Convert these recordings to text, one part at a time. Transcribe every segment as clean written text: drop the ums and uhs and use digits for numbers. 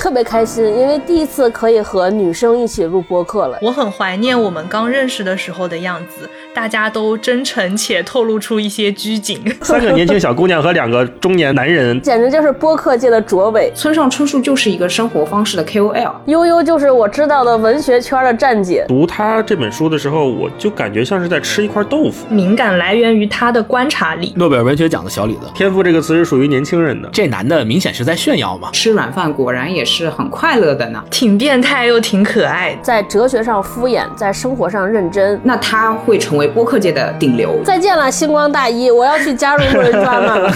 特别开心，因为第一次可以和女生一起录播客了。 我很怀念我们刚认识的时候的样子，大家都真诚且透露出一些拘谨。 3个年轻小姑娘和2个中年男人， 简直就是播客界的卓伟。 村上春树就是一个生活方式的 KOL， 悠悠就是我知道的文学圈的站姐。 读他这本书的时候，我就感觉像是在吃一块豆腐。 敏感来源于他的观察力。 诺贝尔文学奖的小李子， 天赋这个词是属于年轻人的。 这男的明显是在炫耀嘛。 吃软饭果然也是很快乐的呢， 挺变态又挺可爱， 在哲学上敷衍，在生活上认真。 那他会成为播客界的顶流。 再见了，星光大一，我要去加入路人抓马了。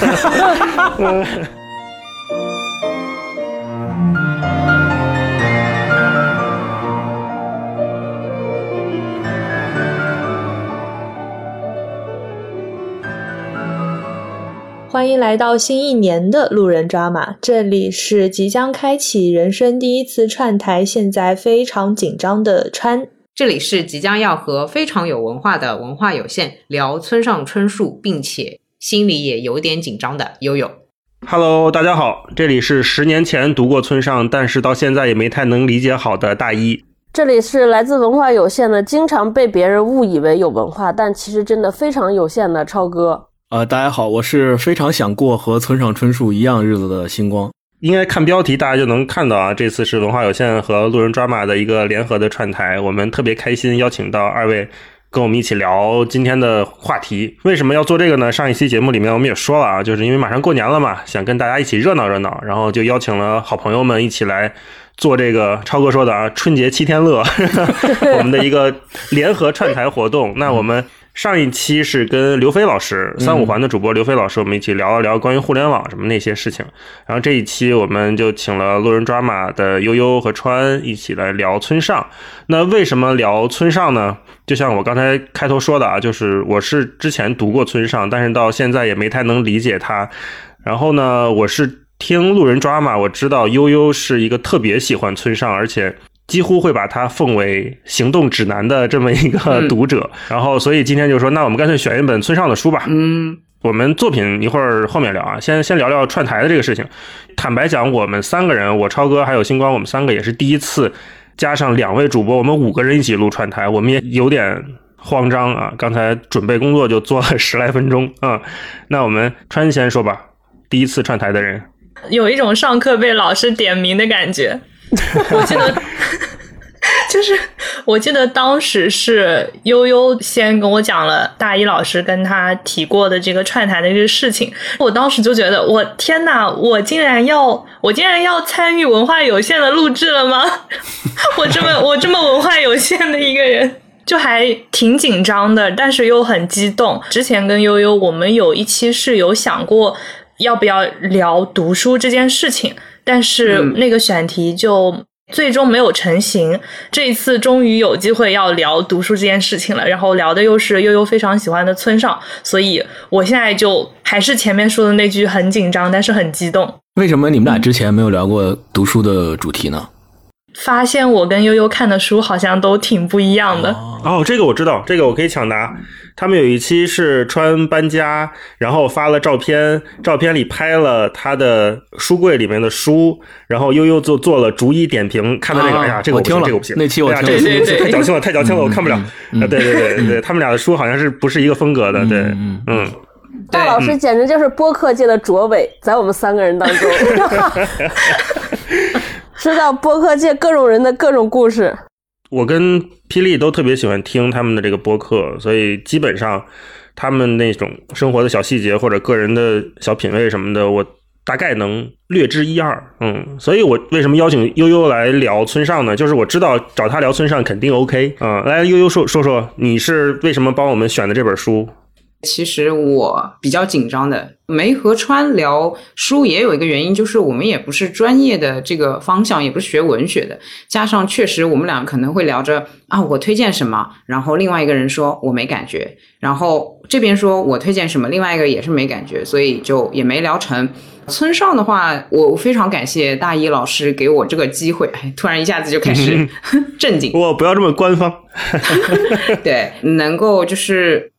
欢迎来到新一年的路人抓马，这里是即将开启人生第一次串台，现在非常紧张的川， 这里是即将要和非常有文化的文化有限聊村上春树，并且心里也有点紧张的悠悠。 Hello， 大家好，这里是10年前读过村上，但是到现在也没太能理解好的大一。 这里是来自文化有限的，经常被别人误以为有文化，但其实真的非常有限的超哥。 大家好，我是非常想过和村上春树一样日子的星光。 应该看标题大家就能看到啊，这次是文化有限和路人抓马的一个联合的串台，我们特别开心邀请到2位跟我们一起聊今天的话题。为什么要做这个呢？上一期节目里面我们也说了啊，就是因为马上过年了嘛，想跟大家一起热闹热闹，然后就邀请了好朋友们一起来做这个超哥说的啊，春节7天乐我们的一个联合串台活动。那我们上一期是跟刘飞老师，35环的主播刘飞老师，我们一起聊了聊关于互联网什么那些事情。然后这一期我们就请了路人抓马的悠悠和川一起来聊村上。那为什么聊村上呢？就像我刚才开头说的啊，就是我是之前读过村上，但是到现在也没太能理解他。然后呢，我是听路人抓马，我知道悠悠是一个特别喜欢村上，而且几乎会把它奉为行动指南的这么一个读者。然后所以今天就说，那我们干脆选一本村上的书吧。我们作品一会儿后面聊啊，先聊聊串台的这个事情。坦白讲，我们3个人，我超哥还有星光，我们3个也是第一次加上2位主播，我们5个人一起录串台，我们也有点慌张啊。刚才准备工作就做了10来分钟啊。那我们川先说吧，第一次串台的人。 有一种上课被老师点名的感觉。我记得我记得当时是悠悠先跟我讲了大一老师跟他提过的这个串台的这个事情，我当时就觉得我天哪，我竟然要参与文化有限的录制了吗？我这么文化有限的一个人，就还挺紧张的，但是又很激动。之前跟悠悠我们有一期是有想过要不要聊读书这件事情，但是那个选题就最终没有成型。这一次终于有机会要聊读书这件事情了，然后聊的又是悠悠非常喜欢的村上，所以我现在就还是前面说的那句，很紧张但是很激动。 为什么你们俩之前没有聊过读书的主题呢？ 发现我跟悠悠看的书好像都挺不一样的。 哦，这个我知道，这个我可以抢答。他们有一期是川搬家，然后发了照片，照片里拍了他的书柜里面的书，然后悠悠就做了逐一点评，看到这个，哎呀，这个我不行，这个不行， 那期我听了， 这太矫情了，太矫情了，我看不了。对，他们俩的书好像是不是一个风格的，对， 大老师简直就是播客界的卓伟，在我们3个人当中，知道播客界各种人的各种故事。 我跟霹雳都特别喜欢听他们的这个播客，所以基本上他们那种生活的小细节或者个人的小品味什么的，我大概能略知一二。所以我为什么邀请悠悠来聊村上呢？就是我知道找他聊村上肯定 OK。来悠悠说你是为什么帮我们选的这本书？ 其实我比较紧张的，没和川聊书也有一个原因，就是我们也不是专业的这个方向，也不是学文学的，加上确实我们俩可能会聊着啊我推荐什么，然后另外一个人说我没感觉，然后这边说我推荐什么，另外一个也是没感觉，所以就也没聊成。村上的话，我非常感谢大一老师给我这个机会，突然一下子就开始正经。 我不要这么官方。 对，能够就是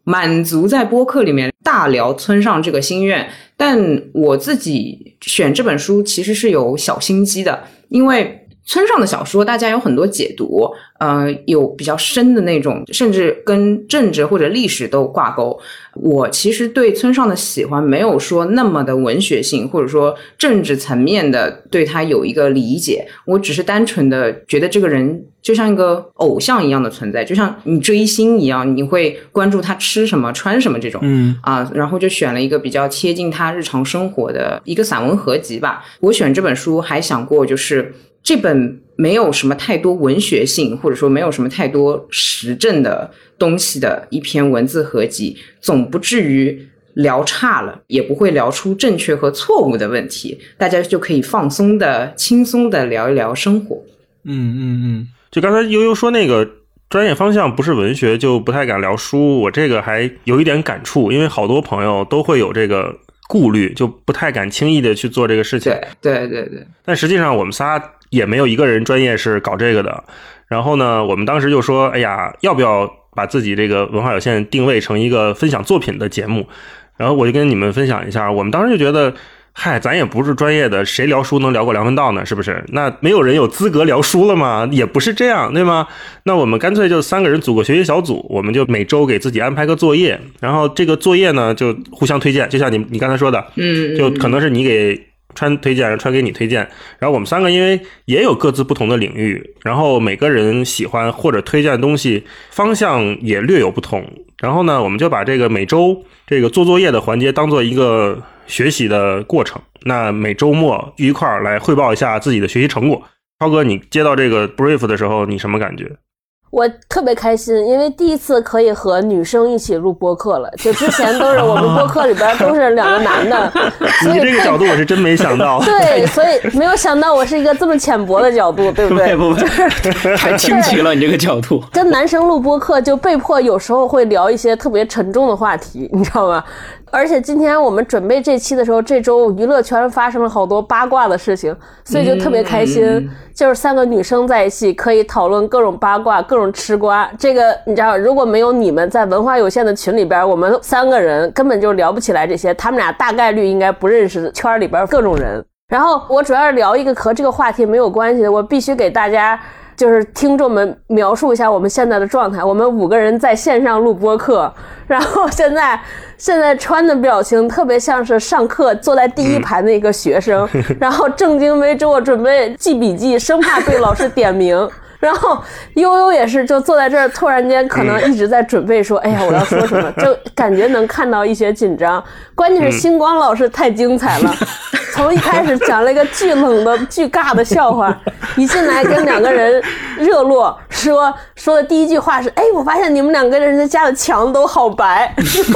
满足在播客里面大聊村上这个心愿，但我自己选这本书其实是有小心机的，因为村上的小说大家有很多解读，有比较深的那种，甚至跟政治或者历史都挂钩。我其实对村上的喜欢没有说那么的文学性，或者说政治层面的对他有一个理解，我只是单纯的觉得这个人就像一个偶像一样的存在，就像你追星一样，你会关注他吃什么穿什么这种，然后就选了一个比较贴近他日常生活的一个散文合集吧。我选这本书还想过，就是这本没有什么太多文学性，或者说没有什么太多时政的东西的一篇文字合集，总不至于聊差了，也不会聊出正确和错误的问题，大家就可以放松的轻松的聊一聊生活。 就刚才悠悠说那个专业方向不是文学就不太敢聊书，我这个还有一点感触，因为好多朋友都会有这个顾虑，就不太敢轻易的去做这个事情。 对。 但实际上我们仨也没有一个人专业是搞这个的。然后呢，我们当时就说，哎呀，要不要把自己这个文化有限定位成一个分享作品的节目？然后我就跟你们分享一下，我们当时就觉得，嗨，咱也不是专业的，谁聊书能聊过梁文道呢？是不是？那没有人有资格聊书了吗？也不是这样，对吗？那我们干脆就3个人组个学习小组，我们就每周给自己安排个作业，然后这个作业呢就互相推荐，就像你刚才说的，就可能是你给川推荐，川给你推荐，然后我们3个因为也有各自不同的领域，然后每个人喜欢或者推荐的东西方向也略有不同，然后呢我们就把这个每周这个做作业的环节当做一个学习的过程，那每周末一块儿来汇报一下自己的学习成果。超哥，你接到这个 brief 的时候你什么感觉？ 我特别开心，因为第一次可以和女生一起录播客了，就之前都是我们播客里边都是2个男的所以你这个角度我是真没想到对，所以没有想到我是一个这么浅薄的角度，对不对？ 不太清奇了，你这个角度。 跟男生录播客就被迫有时候会聊一些特别沉重的话题，你知道吗？而且今天我们准备这期的时候，这周娱乐圈发生了好多八卦的事情，所以就特别开心，就是3个女生在一起可以讨论各种八卦，各种吃瓜。这个你知道，如果没有你们在文化有限的群里边，我们3个人根本就聊不起来这些，他们俩大概率应该不认识圈里边各种人。然后我主要是聊一个和这个话题没有关系的，我必须给大家就是听众们描述一下我们现在的状态。我们5个人在线上录播客，然后现在川的表情特别像是上课坐在第一排的一个学生，然后正襟危坐准备记笔记，生怕被老师点名。然后悠悠也是就坐在这儿，突然间可能一直在准备说，哎呀我要说什么，就感觉能看到一些紧张。关键是星光老师太精彩了，从一开始讲了一个巨冷的巨尬的笑话，一进来跟2个人热络，说的第一句话是，哎，我发现你们2个人家的墙都好白。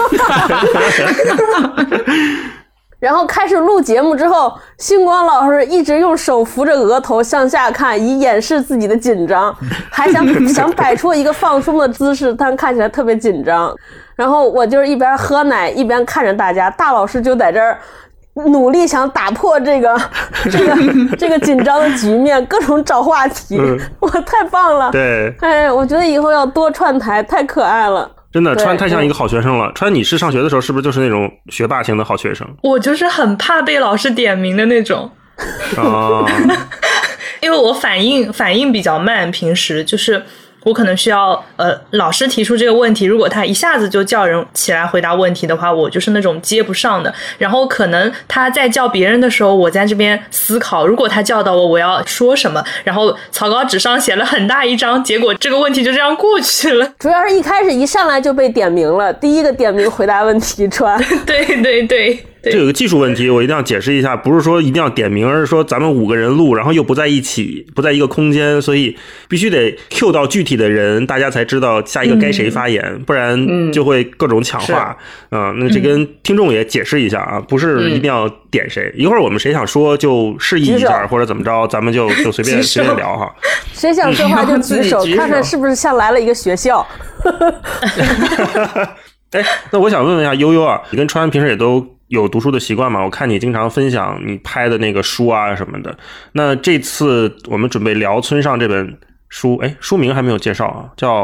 然后开始录节目之后，星光老师一直用手扶着额头向下看，以掩饰自己的紧张，还想摆出一个放松的姿势，但看起来特别紧张。然后我就是一边喝奶一边看着大家，大老师就在这儿努力想打破这个紧张的局面，各种找话题，我太棒了。 对， 哎，我觉得以后要多串台，太可爱了。 真的，川太像一个好学生了。川，你是上学的时候是不是就是那种学霸型的好学生？ 我就是很怕被老师点名的那种。因为我反应比较慢，平时就是我可能需要老师提出这个问题，如果他一下子就叫人起来回答问题的话，我就是那种接不上的。然后可能他在叫别人的时候，我在这边思考，如果他叫到我要说什么，然后草稿纸上写了很大一张，结果这个问题就这样过去了。 主要是一开始一上来就被点名了，第一个点名回答问题川。 对。 这有个技术问题，我一定要解释一下，不是说一定要点名，而是说咱们5个人录，然后又不在一起，不在一个空间，所以必须得 Q 到具体的人，大家才知道下一个该谁发言，不然就会各种抢话。那这跟听众也解释一下啊，不是一定要点谁，一会儿我们谁想说就示意一下，或者怎么着，咱们就随便聊哈。 谁想说话就举手，看看是不是像来了一个学校。 哎，那我想问问一下悠悠啊，你跟川平时也都有读书的习惯吗？我看你经常分享你拍的那个书啊什么的。那这次我们准备聊村上这本书，哎，书名还没有介绍啊，叫《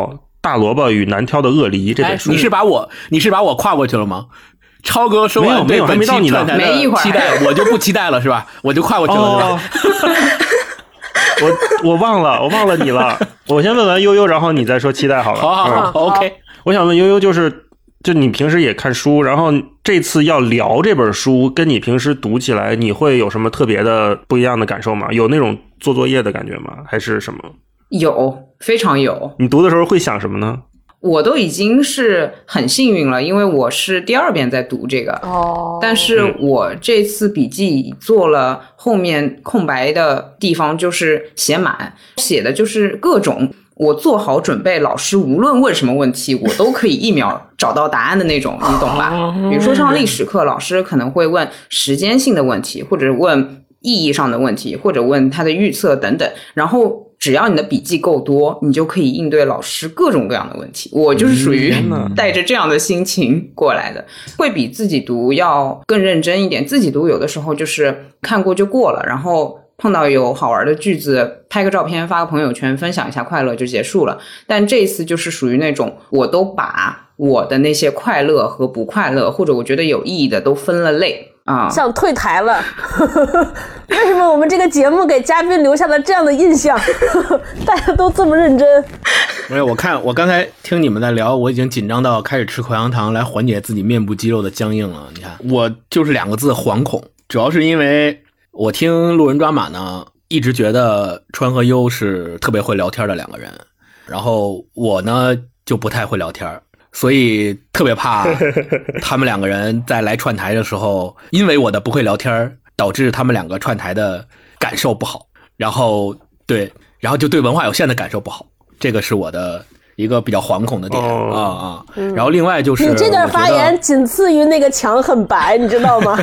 大萝卜与难挑的鳄梨》这本书。 你是把我跨过去了吗？超哥说完对本期串台的期待，我就不期待了是吧？我就跨过去了，对吧？ 我忘了你了。我先问完悠悠，然后你再说期待好了。 好 ，OK。 我想问悠悠，就你平时也看书，然后这次要聊这本书，跟你平时读起来，你会有什么特别的不一样的感受吗？有那种做作业的感觉吗？还是什么？ 有，非常有。 你读的时候会想什么呢？ 我都已经是很幸运了，因为我是第2遍在读这个。但是我这次笔记做了后面空白的地方就是写满，写的就是各种我做好准备，老师无论问什么问题，我都可以1秒找到答案的那种，你懂吧？比如说上历史课，老师可能会问时间性的问题，或者问意义上的问题，或者问他的预测等等，然后只要你的笔记够多，你就可以应对老师各种各样的问题。我就是属于带着这样的心情过来的，会比自己读要更认真一点。自己读有的时候就是看过就过了，然后碰到有好玩的句子，拍个照片发个朋友圈分享一下快乐就结束了。但这一次就是属于那种我都把我的那些快乐和不快乐，或者我觉得有意义的都分了类啊， 像退台了。为什么我们这个节目给嘉宾留下了这样的印象？大家都这么认真。 没有，我刚才听你们在聊，我已经紧张到开始吃口香糖来缓解自己面部肌肉的僵硬了。你看，我就是2个字：惶恐。主要是因为我听路人抓马呢，一直觉得川和优是特别会聊天的2个人，然后我呢就不太会聊天，所以特别怕他们2个人在来串台的时候，因为我的不会聊天导致他们2个串台的感受不好，然后就对文化有限的感受不好，这个是我的一个比较惶恐的点然后另外就是你这段发言仅次于那个墙很白，你知道吗？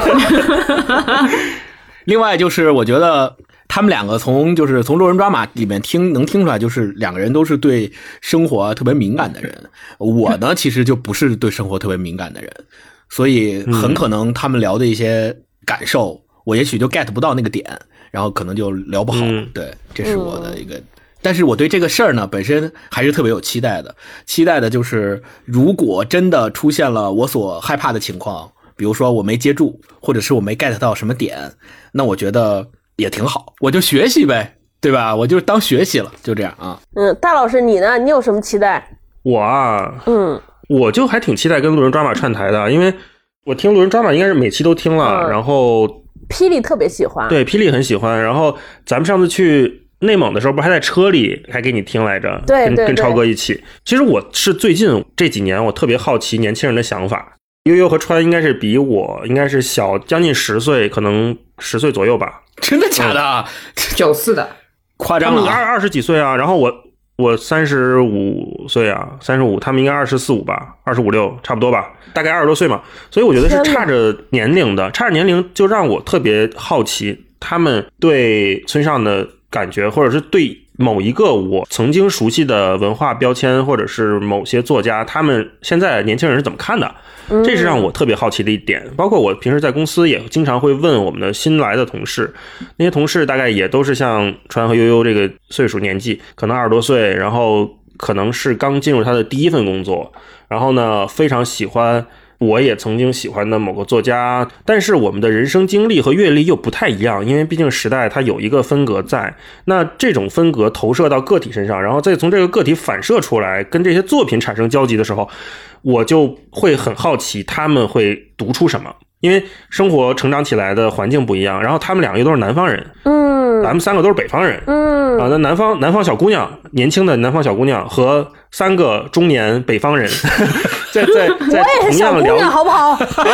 另外就是我觉得他们2个从路人抓马里面能听出来，就是2个人都是对生活特别敏感的人。我呢其实就不是对生活特别敏感的人，所以很可能他们聊的一些感受，我也许就 get 不到那个点，然后可能就聊不好。对，这是我的一个。但是我对这个事儿呢本身还是特别有期待的就是如果真的出现了我所害怕的情况，比如说我没接住，或者是我没 get 到什么点，那我觉得也挺好，我就学习呗，对吧？我就当学习了，就这样啊。 大老师你呢？你有什么期待？ 我啊，我就还挺期待跟路人抓马串台的，因为我听路人抓马应该是每期都听了，然后霹雳特别喜欢， 对，霹雳很喜欢，然后咱们上次去内蒙的时候不是还在车里还给你听来着， 对， 跟超哥一起。其实我是最近这几年我特别好奇年轻人的想法。悠悠和川应该是比我应该是小将近10岁，可能10岁左右吧。 真的假的 ？94的， 夸张了。 他们20几岁啊，然后我35岁啊，35，他们应该24、5吧，25、6差不多吧，大概20多岁嘛。所以我觉得是差着年龄的，差着年龄就让我特别好奇他们对村上的感觉，或者是对某一个我曾经熟悉的文化标签，或者是某些作家，他们现在年轻人是怎么看的？这是让我特别好奇的一点。包括我平时在公司也经常会问我们的新来的同事，那些同事大概也都是像川和悠悠这个岁数年纪，可能20多岁，然后可能是刚进入他的第一份工作，然后呢非常喜欢我也曾经喜欢的某个作家，但是我们的人生经历和阅历又不太一样，因为毕竟时代它有一个分隔在，那这种分隔投射到个体身上，然后再从这个个体反射出来跟这些作品产生交集的时候，我就会很好奇他们会读出什么，因为生活成长起来的环境不一样，然后他们2个又都是南方人，咱们3个都是北方人，那南方小姑娘，年轻的南方小姑娘和3个中年北方人在我也是小姑娘好不好？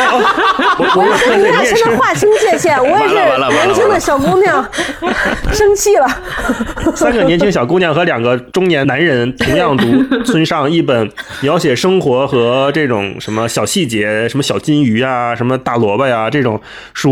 我也是划清界限，我也是年轻的小姑娘，生气了。 3个年轻小姑娘和2个中年男人同样读村上一本描写生活和这种什么小细节，什么小金鱼啊，什么大萝卜呀这种书，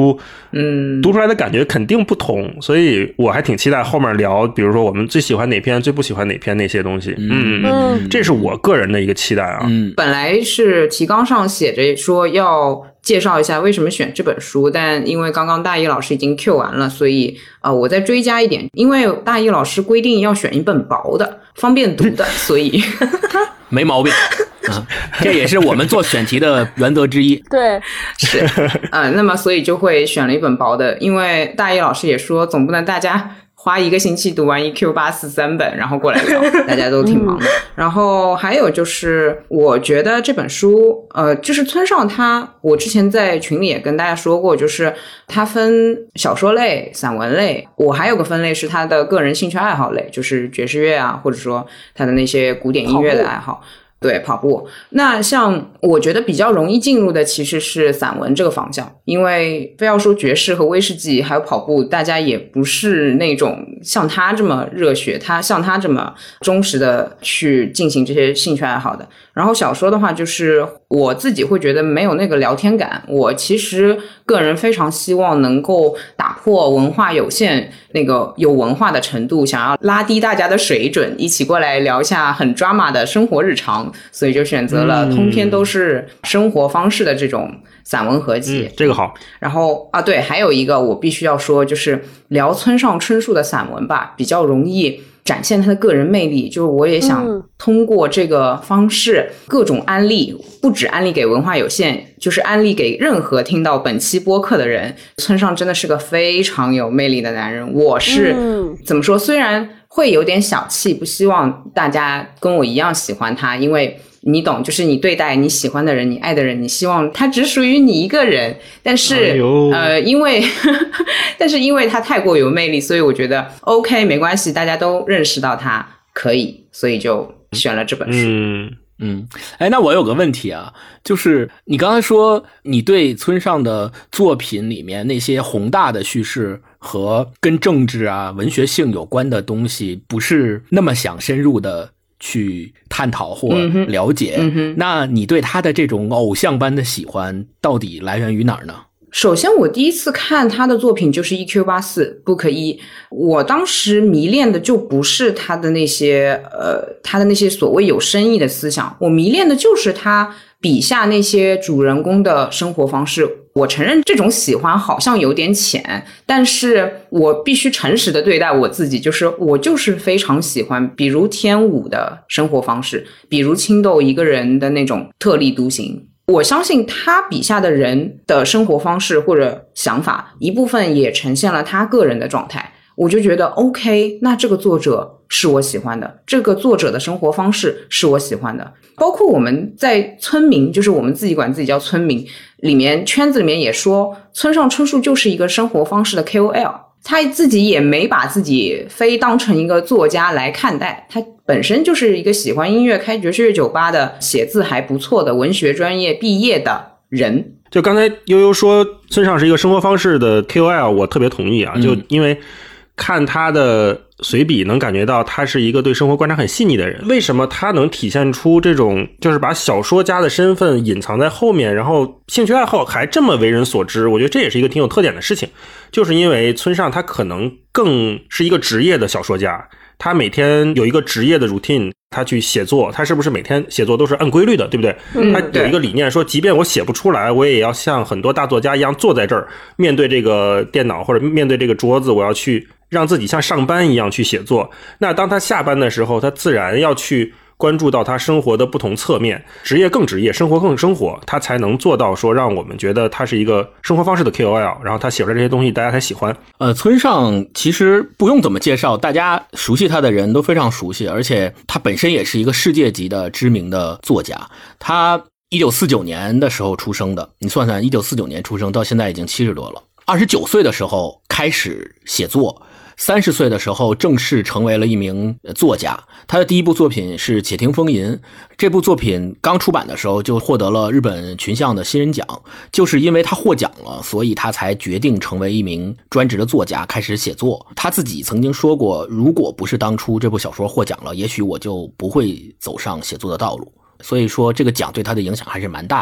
读出来的感觉肯定不同，所以我还挺期待后面聊，比如说我们最喜欢哪篇，最不喜欢哪篇那些东西。这是我个人的一个期待啊。 本来是提纲上写着说要介绍一下为什么选这本书，但因为刚刚大一老师已经 Q 完了，所以我再追加一点，因为大一老师规定要选一本薄的，方便读的，所以没毛病。这也是我们做选题的原则之一。 对， 是那么所以就会选了一本薄的，因为大一老师也说总不能大家花1个星期读完EQ84 3本然后过来聊，大家都挺忙的。然后还有就是我觉得这本书就是村上我之前在群里也跟大家说过，就是它分小说类、散文类，我还有个分类是他的个人兴趣爱好类，就是爵士乐啊，或者说他的那些古典音乐的爱好。对，跑步。那像我觉得比较容易进入的其实是散文这个方向，因为非要说爵士和威士忌还有跑步，大家也不是那种像他这么热血，像他这么忠实的去进行这些兴趣爱好的。然后小说的话，就是我自己会觉得没有那个聊天感，我其实个人非常希望能够打破文化有限那个有文化的程度，想要拉低大家的水准，一起过来聊一下很 drama 的生活日常，所以就选择了通篇都是生活方式的这种散文合集。 这个好。 然后对，还有一个我必须要说，就是聊村上春树的散文吧，比较容易展现他的个人魅力，就是我也想通过这个方式各种安利，不止安利给文化有限，就是安利给任何听到本期播客的人。村上真的是个非常有魅力的男人，我是怎么说，虽然会有点小气，不希望大家跟我一样喜欢他，因为你懂，就是你对待你喜欢的人，你爱的人，你希望他只属于你一个人，但是因为但是因为他太过有魅力，所以我觉得 OK 没关系，大家都认识到他可以，所以就选了这本书。 那我有个问题啊，就是你刚才说你对村上的作品里面那些宏大的叙事和跟政治啊文学性有关的东西不是那么想深入的去探讨或了解，那你对他的这种偶像般的喜欢到底来源于哪儿呢？ 首先我第一次看他的作品就是 EQ84 Book 1，我当时迷恋的就不是他的那些所谓有深意的思想，我迷恋的就是他笔下那些主人公的生活方式。我承认这种喜欢好像有点浅，但是我必须诚实的对待我自己，就是我就是非常喜欢比如天武的生活方式，比如青豆一个人的那种特立独行。我相信他笔下的人的生活方式或者想法一部分也呈现了他个人的状态，我就觉得 OK， 那这个作者是我喜欢的，这个作者的生活方式是我喜欢的。包括我们在村民，就是我们自己管自己叫村民里面，圈子里面也说村上春树就是一个生活方式的 KOL， 他自己也没把自己非当成一个作家来看待，他本身就是一个喜欢音乐开爵士乐酒吧的写字还不错的文学专业毕业的人。 就刚才悠悠说村上是一个生活方式的 KOL， 我特别同意啊，就因为看他的随笔能感觉到他是一个对生活观察很细腻的人。为什么他能体现出这种就是把小说家的身份隐藏在后面，然后兴趣爱好还这么为人所知，我觉得这也是一个挺有特点的事情。就是因为村上他可能更是一个职业的小说家，他每天有一个职业的 routine， 他去写作，他是不是每天写作都是按规律的，对不对？他有一个理念说，即便我写不出来，我也要像很多大作家一样坐在这儿，面对这个电脑或者面对这个桌子，我要去让自己像上班一样去写作。那当他下班的时候，他自然要去关注到他生活的不同侧面，职业更职业，生活更生活，他才能做到说让我们觉得他是一个生活方式的 KOL， 然后他写出来这些东西大家才喜欢。 村上其实不用怎么介绍，大家熟悉他的人都非常熟悉，而且他本身也是一个世界级的知名的作家。他1949年的时候出生的，你算算1949年出生到现在已经70多了。29岁的时候开始写作，30岁的时候正式成为了一名作家。他的第一部作品是《且听风吟》，这部作品刚出版的时候就获得了日本群像的新人奖。就是因为他获奖了，所以他才决定成为一名专职的作家，开始写作。他自己曾经说过，如果不是当初这部小说获奖了，也许我就不会走上写作的道路。所以说这个奖对他的影响还是蛮大的。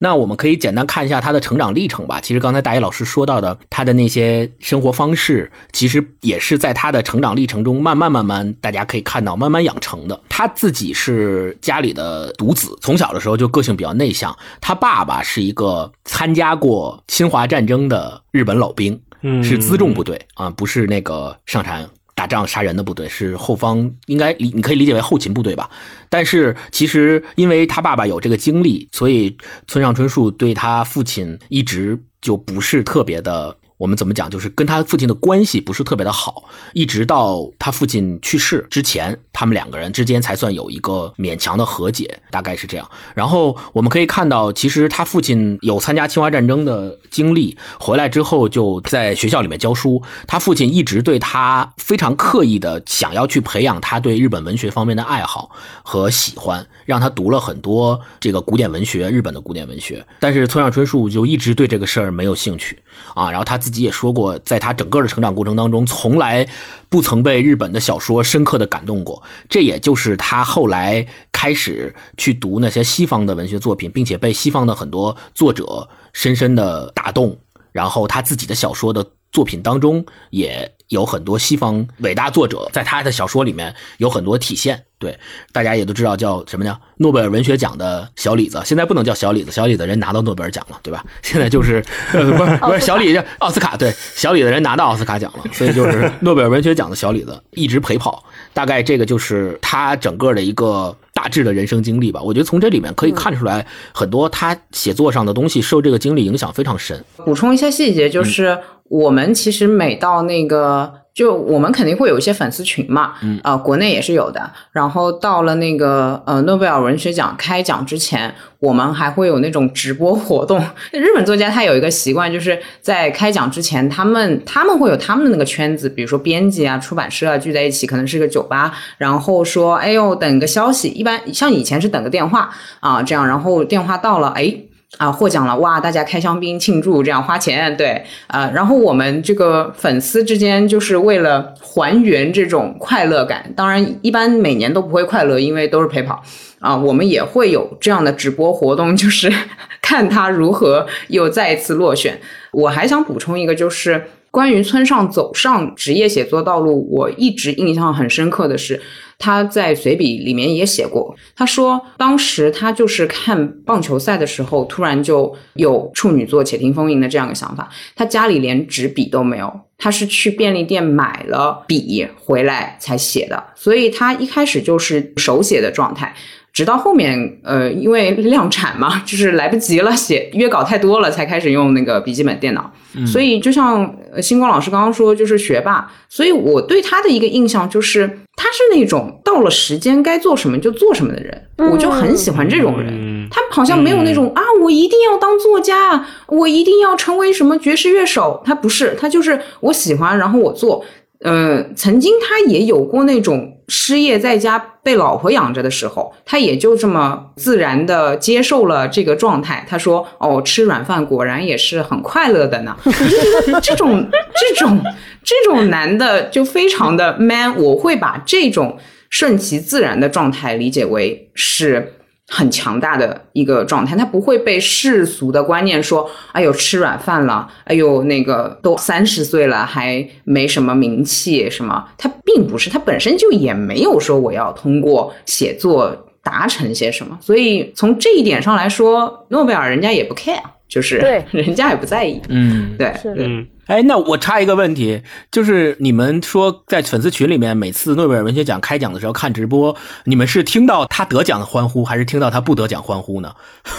那我们可以简单看一下他的成长历程吧。其实刚才大一老师说到的他的那些生活方式，其实也是在他的成长历程中慢慢大家可以看到慢慢养成的。他自己是家里的独子，从小的时候就个性比较内向。他爸爸是一个参加过侵华战争的日本老兵，是辎重部队啊，不是那个上场打仗杀人的部队，是后方，应该你可以理解为后勤部队吧。但是其实因为他爸爸有这个经历，所以村上春树对他父亲一直就不是特别的，我们怎么讲，就是跟他父亲的关系不是特别的好，一直到他父亲去世之前，他们两个人之间才算有一个勉强的和解，大概是这样。然后我们可以看到，其实他父亲有参加侵华战争的经历，回来之后就在学校里面教书。他父亲一直对他非常刻意的想要去培养他对日本文学方面的爱好和喜欢，让他读了很多这个古典文学，日本的古典文学。但是村上春树就一直对这个事儿没有兴趣啊。然后他自己也说过，在他整个的成长过程当中，从来不曾被日本的小说深刻的感动过。这也就是他后来开始去读那些西方的文学作品，并且被西方的很多作者深深的打动，然后他自己的小说的作品当中也有很多西方伟大作者在他的小说里面有很多体现。对，大家也都知道叫什么呢？诺贝尔文学奖的小李子，现在不能叫小李子，小李子人拿到诺贝尔奖了，对吧？现在就是不是小李，奥斯卡，对，小李的人拿到奥斯卡奖了，所以就是诺贝尔文学奖的小李子一直陪跑。大概这个就是他整个的一个大致的人生经历吧。我觉得从这里面可以看出来很多他写作上的东西受这个经历影响非常深。 补充一下细节，就是我们其实每到那个就我们肯定会有一些粉丝群嘛，国内也是有的。然后到了那个诺贝尔文学奖开奖之前，我们还会有那种直播活动。日本作家他有一个习惯，就是在开奖之前，他们会有他们的那个圈子，比如说编辑啊、出版社啊聚在一起，可能是个酒吧，然后说，哎呦，等个消息，一般像以前是等个电话啊，这样，然后电话到了，哎。获奖了，哇，大家开香槟庆祝，这样花钱，对，然后我们这个粉丝之间就是为了还原这种快乐感，当然一般每年都不会快乐，因为都是陪跑我们也会有这样的直播活动，就是看他如何又再一次落选。我还想补充一个，就是关于村上走上职业写作道路，我一直印象很深刻的是，他在随笔里面也写过，他说当时他就是看棒球赛的时候，突然就有处女座且听风吟的这样的想法，他家里连纸笔都没有，他是去便利店买了笔回来才写的，所以他一开始就是手写的状态，直到后面因为量产嘛，就是来不及了，写约稿太多了，才开始用那个笔记本电脑。所以就像星光老师刚刚说，就是学霸，所以我对他的一个印象就是他是那种到了时间该做什么就做什么的人，我就很喜欢这种人。他好像没有那种我一定要当作家，我一定要成为什么爵士乐手，他不是，他就是我喜欢然后我做。曾经他也有过那种失业在家被老婆养着的时候，他也就这么自然的接受了这个状态。他说吃软饭果然也是很快乐的呢。这种男的就非常的 man， 我会把这种顺其自然的状态理解为是很强大的一个状态，他不会被世俗的观念说，哎呦吃软饭了，哎呦那个都30岁了还没什么名气什么，他并不是，他本身就也没有说我要通过写作达成些什么，所以从这一点上来说，诺贝尔人家也不 care， 就是人家也不在意，对，是的。 哎，那我插一个问题，就是你们说在粉丝群里面，每次诺贝尔文学奖开奖的时候看直播，你们是听到他得奖的欢呼，还是听到他不得奖欢呼呢？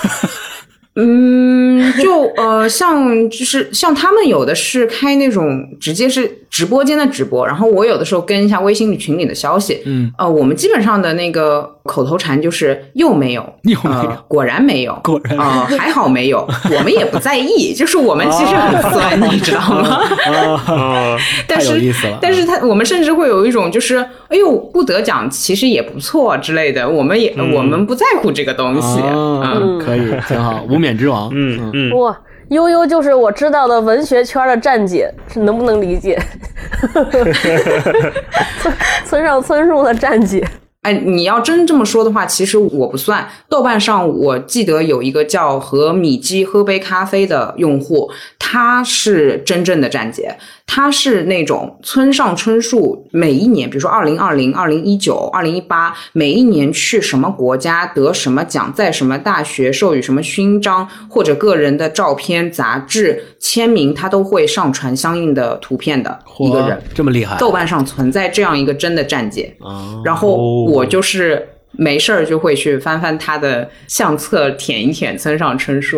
像他们有的是开那种直接是直播间的直播，然后我有的时候跟一下微信群里的消息，我们基本上的那个口头禅就是又没有，果然没有，果然还好没有，我们也不在意，就是我们其实很酸，你知道吗？但是太有意思了。但是我们甚至会有一种就是哎呦不得奖其实也不错之类的，我们不在乎这个东西， 可以，挺好，无冕之王， 哇。悠悠就是我知道的文学圈的站姐，能不能理解？村上春树的站姐。 哎，你要真这么说的话，其实我不算。豆瓣上我记得有一个叫和米基喝杯咖啡的用户，他是真正的站姐，他是那种村上春树每一年，比如说2020、2019、2018，每一年去什么国家得什么奖，在什么大学授予什么勋章，或者个人的照片、杂志签名，他都会上传相应的图片的一个人。 这么厉害， 豆瓣上存在这样一个真的站姐，然后我就是没事儿就会去翻翻他的相册，舔一舔村上春树。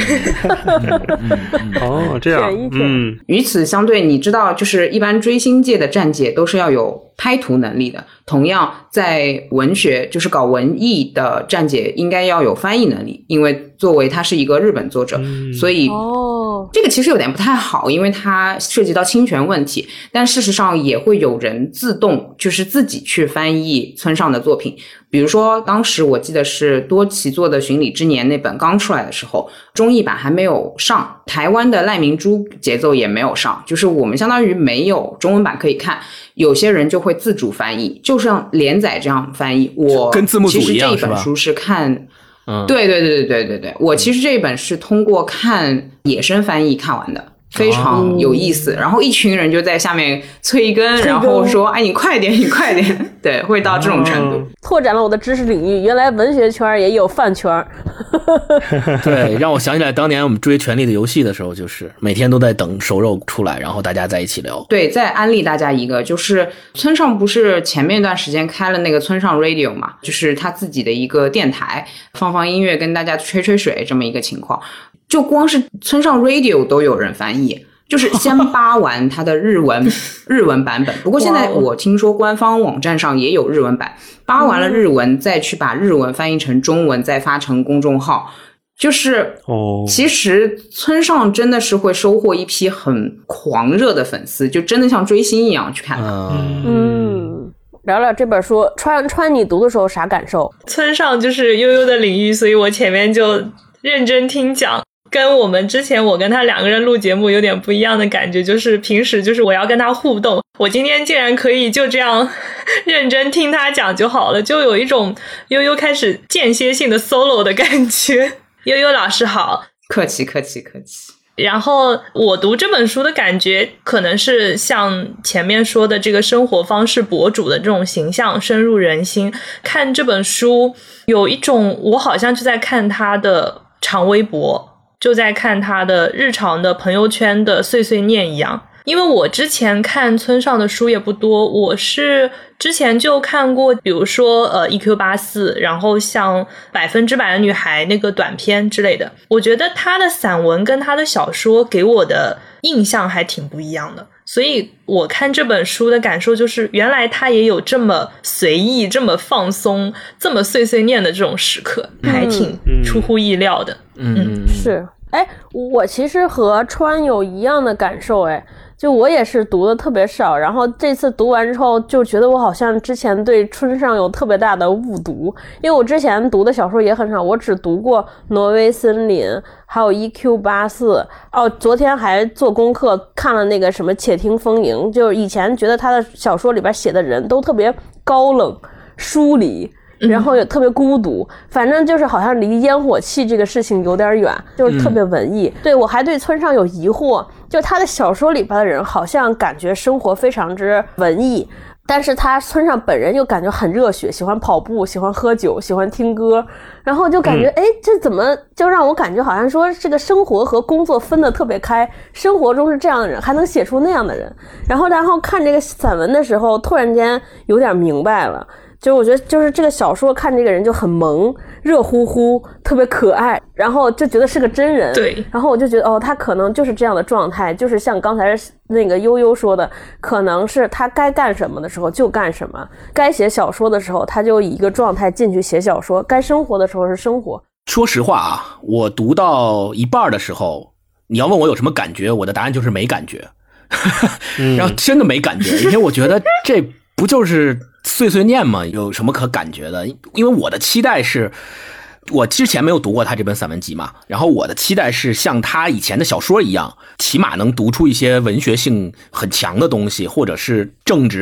哦，这样， 与此相对，你知道，就是一般追星界的站姐都是要有拍图能力的。同样，在文学，就是搞文艺的站姐应该要有翻译能力，因为作为他是一个日本作者，所以这个其实有点不太好，因为它涉及到侵权问题。但事实上也会有人自动就是自己去翻译村上的作品。比如说当时我记得是多崎作的《巡礼之年》那本刚出来的时候，中译版还没有上，台湾的赖明珠节奏也没有上，就是我们相当于没有中文版可以看，有些人就会自主翻译，就像连载这样翻译。我跟字幕组一样， 其实这一本书是看对，我其实这一本是通过看野生翻译看完的，非常有意思。然后一群人就在下面催更，然后说哎你快点你快点，对，会到这种程度。 拓展了我的知识领域，原来文学圈也有饭圈。 对，让我想起来当年我们追《权力的游戏》的时候，就是每天都在等熟肉出来，然后大家在一起聊。 对，再安利大家一个，就是村上不是前面一段时间开了那个村上 Radio 嘛，就是他自己的一个电台，放音乐跟大家吹吹水这么一个情况。就光是村上 Radio 都有人翻译，就是先扒完它的日文版本。不过现在我听说官方网站上也有日文版，扒完了日文再去把日文翻译成中文，再发成公众号。就是其实村上真的是会收获一批很狂热的粉丝，就真的像追星一样去看。 聊聊这本书，川你读的时候啥感受？ 村上就是悠悠的领域，所以我前面就认真听讲。跟我们之前我跟他两个人录节目有点不一样的感觉，就是平时就是我要跟他互动，我今天竟然可以就这样认真听他讲就好了，就有一种悠悠开始间歇性的 solo 的感觉。悠悠老师好。 客气。 然后我读这本书的感觉可能是像前面说的这个生活方式博主的这种形象深入人心，看这本书有一种我好像就在看他的长微博，就在看他的日常的朋友圈的碎碎念一样。因为我之前看村上的书也不多，我是之前就看过比如说EQ84，然后像100%的女孩那个短片之类的，我觉得他的散文跟他的小说给我的印象还挺不一样的，所以我看这本书的感受就是原来他也有这么随意这么放松这么碎碎念的这种时刻，还挺出乎意料的。 是。我其实和川有一样的感受，就我也是读的特别少，然后这次读完之后就觉得我好像之前对村上有特别大的误读，因为我之前读的小说也很少，我只读过挪威森林还有 EQ84，昨天还做功课看了那个什么且听风吟，就是以前觉得他的小说里边写的人都特别高冷疏离，然后也特别孤独，反正就是好像离烟火气这个事情有点远，就是特别文艺。对，我还对村上有疑惑，就他的小说里边的人好像感觉生活非常之文艺，但是他村上本人又感觉很热血，喜欢跑步，喜欢喝酒，喜欢听歌，然后就感觉这怎么就让我感觉好像说这个生活和工作分得特别开，生活中是这样的人还能写出那样的人，然后看这个散文的时候突然间有点明白了，就我觉得就是这个小说看这个人就很萌，热乎乎，特别可爱，然后就觉得是个真人。 对， 然后我就觉得他可能就是这样的状态，就是像刚才那个悠悠说的，可能是他该干什么的时候就干什么，该写小说的时候他就以一个状态进去写小说，该生活的时候是生活。 说实话啊，我读到一半的时候，你要问我有什么感觉，我的答案就是没感觉。然后真的没感觉，因为我觉得这不就是碎碎念吗？有什么可感觉的？因为我的期待是，我之前没有读过他这本散文集嘛，然后我的期待是像他以前的小说一样，起码能读出一些文学性很强的东西，或者是政治啊、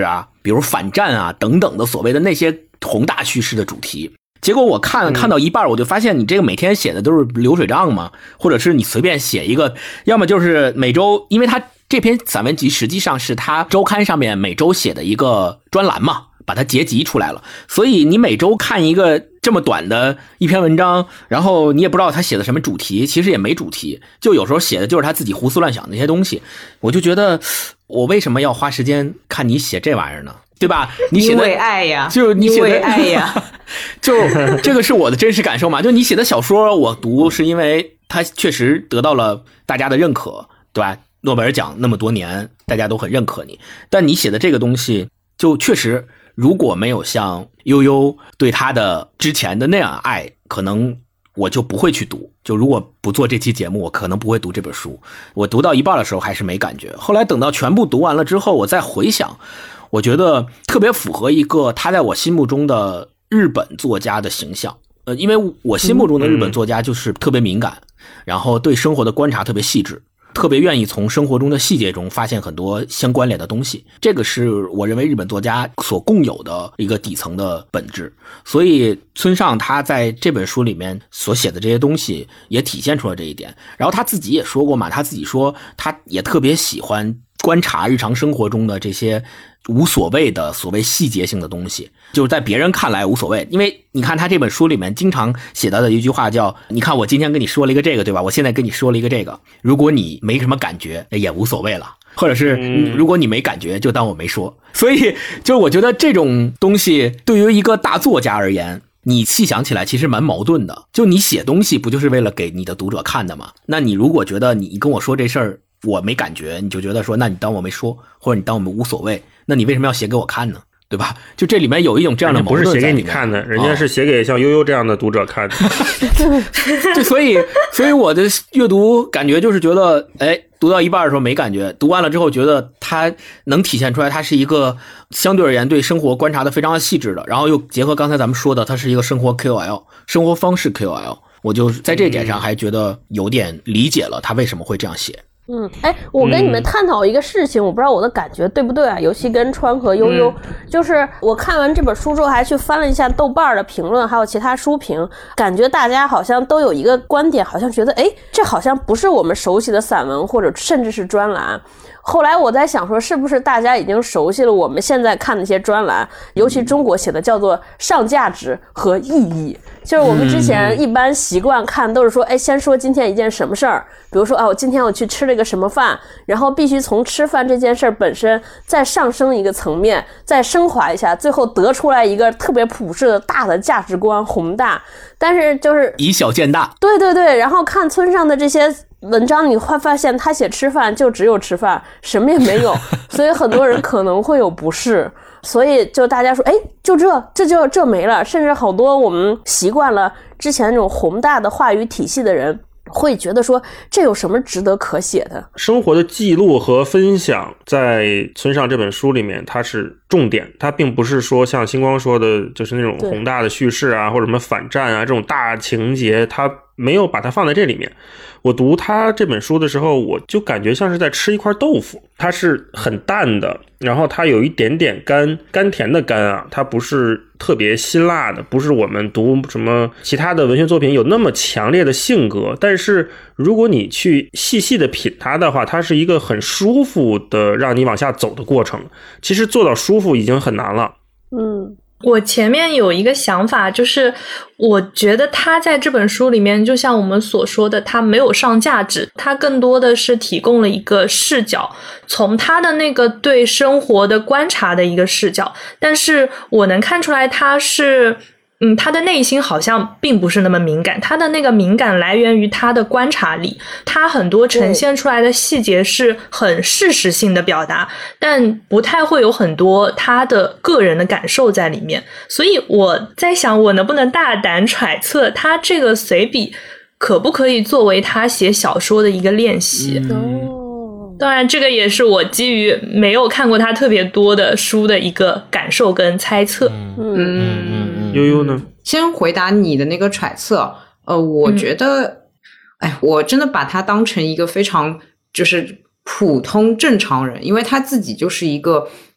比如反战啊等等的所谓的那些宏大叙事的主题。结果我看到一半，我就发现你这个每天写的都是流水账嘛，或者是你随便写一个，要么就是每周，因为他这篇散文集实际上是他周刊上面每周写的一个专栏嘛，把它结集出来了，所以你每周看一个这么短的一篇文章，然后你也不知道他写的什么主题，其实也没主题，就有时候写的就是他自己胡思乱想的那些东西，我就觉得我为什么要花时间看你写这玩意儿呢？对吧？你写的因为爱呀， 就你写的因为爱呀， 就这个是我的真实感受嘛。就你写的小说，我读是因为它确实得到了大家的认可，对吧？诺贝尔奖那么多年，大家都很认可你。但你写的这个东西，就确实如果没有像悠悠对他的之前的那样爱，可能我就不会去读。就如果不做这期节目，我可能不会读这本书。我读到一半的时候还是没感觉，后来等到全部读完了之后，我再回想，我觉得特别符合一个他在我心目中的日本作家的形象。因为我心目中的日本作家就是特别敏感，然后对生活的观察特别细致，特别愿意从生活中的细节中发现很多相关联的东西，这个是我认为日本作家所共有的一个底层的本质。所以村上他在这本书里面所写的这些东西也体现出了这一点。然后他自己也说过嘛，他自己说他也特别喜欢观察日常生活中的这些无所谓的所谓细节性的东西，就是在别人看来无所谓。因为你看他这本书里面经常写到的一句话叫，你看我今天跟你说了一个这个，对吧？我现在跟你说了一个这个，如果你没什么感觉也无所谓了，或者是如果你没感觉就当我没说。所以就是我觉得这种东西对于一个大作家而言，你细想起来其实蛮矛盾的。就你写东西不就是为了给你的读者看的吗？那你如果觉得你跟我说这事儿我没感觉，你就觉得说那你当我没说，或者你当我们无所谓，那你为什么要写给我看呢？对吧？就这里面有一种这样的矛盾在里面。 不是写给你看的，人家是写给像悠悠这样的读者看的。 对，所以我的阅读感觉就是觉得，读到一半的时候没感觉，读完了之后觉得它能体现出来，它是一个相对而言对生活观察的非常细致的，然后又结合刚才咱们说的，它是一个生活 KOL， 生活方式 KOL， 我就在这点上还觉得有点理解了他为什么会这样写。 我跟你们探讨一个事情，我不知道我的感觉对不对啊，尤其跟川和悠悠，就是我看完这本书之后还去翻了一下豆瓣的评论还有其他书评，感觉大家好像都有一个观点，好像觉得这好像不是我们熟悉的散文或者甚至是专栏。后来我在想说，是不是大家已经熟悉了我们现在看的一些专栏，尤其中国写的叫做上价值和意义，就是我们之前一般习惯看都是说先说今天一件什么事儿，比如说我今天我去吃了一个什么饭，然后必须从吃饭这件事儿本身再上升一个层面，再升华一下，最后得出来一个特别普世的大的价值观，宏大。但是就是以小见大， 对对对，然后看村上的这些文章，你会发现他写吃饭就只有吃饭，什么也没有，所以很多人可能会有不适，所以就大家说就这没了，甚至好多我们习惯了之前那种宏大的话语体系的人会觉得说这有什么值得可写的。 生活的记录和分享在村上这本书里面它是重点，它并不是说像星光说的就是那种宏大的叙事啊或者什么反战啊这种大情节，它没有把它放在这里面。我读他这本书的时候，我就感觉像是在吃一块豆腐，它是很淡的，然后它有一点点甘甜的甘啊，它不是特别辛辣的，不是我们读什么其他的文学作品有那么强烈的性格，但是如果你去细细的品它的话，它是一个很舒服的让你往下走的过程。其实做到舒服已经很难了。 我前面有一个想法，就是我觉得他在这本书里面就像我们所说的，他没有上价值，他更多的是提供了一个视角，从他的那个对生活的观察的一个视角，但是我能看出来他是他的内心好像并不是那么敏感，他的那个敏感来源于他的观察力，他很多呈现出来的细节是很事实性的表达，但不太会有很多他的个人的感受在里面。所以我在想，我能不能大胆揣测他这个随笔可不可以作为他写小说的一个练习。当然这个也是我基于没有看过他特别多的书的一个感受跟猜测。 悠悠呢？ 先回答你的那个揣测，我觉得我真的把他当成一个非常就是普通正常人，因为他自己就是一个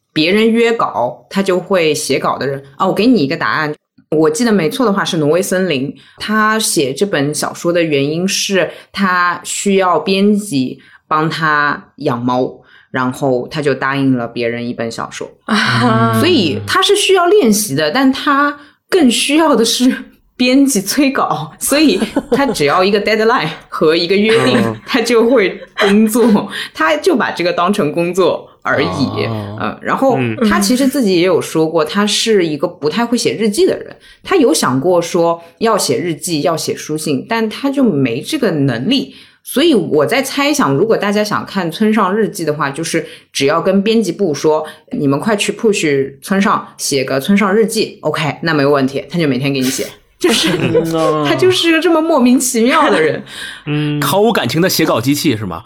别人约稿他就会写稿的人啊。我给你一个答案，我记得没错的话是挪威森林。他写这本小说的原因是他需要编辑帮他养猫，然后他就答应了别人一本小说所以他是需要练习的，但他更需要的是编辑催稿，所以他只要一个 deadline 和一个约定他就会工作，他就把这个当成工作而已然后他其实自己也有说过，他是一个不太会写日记的人，他有想过说要写日记要写书信，但他就没这个能力。所以我在猜想，如果大家想看村上日记的话，就是只要跟编辑部说你们快去 push 村上写个村上日记 OK 那没有问题，他就每天给你写，就是他就是个这么莫名其妙的人毫无感情的写稿机器是吗？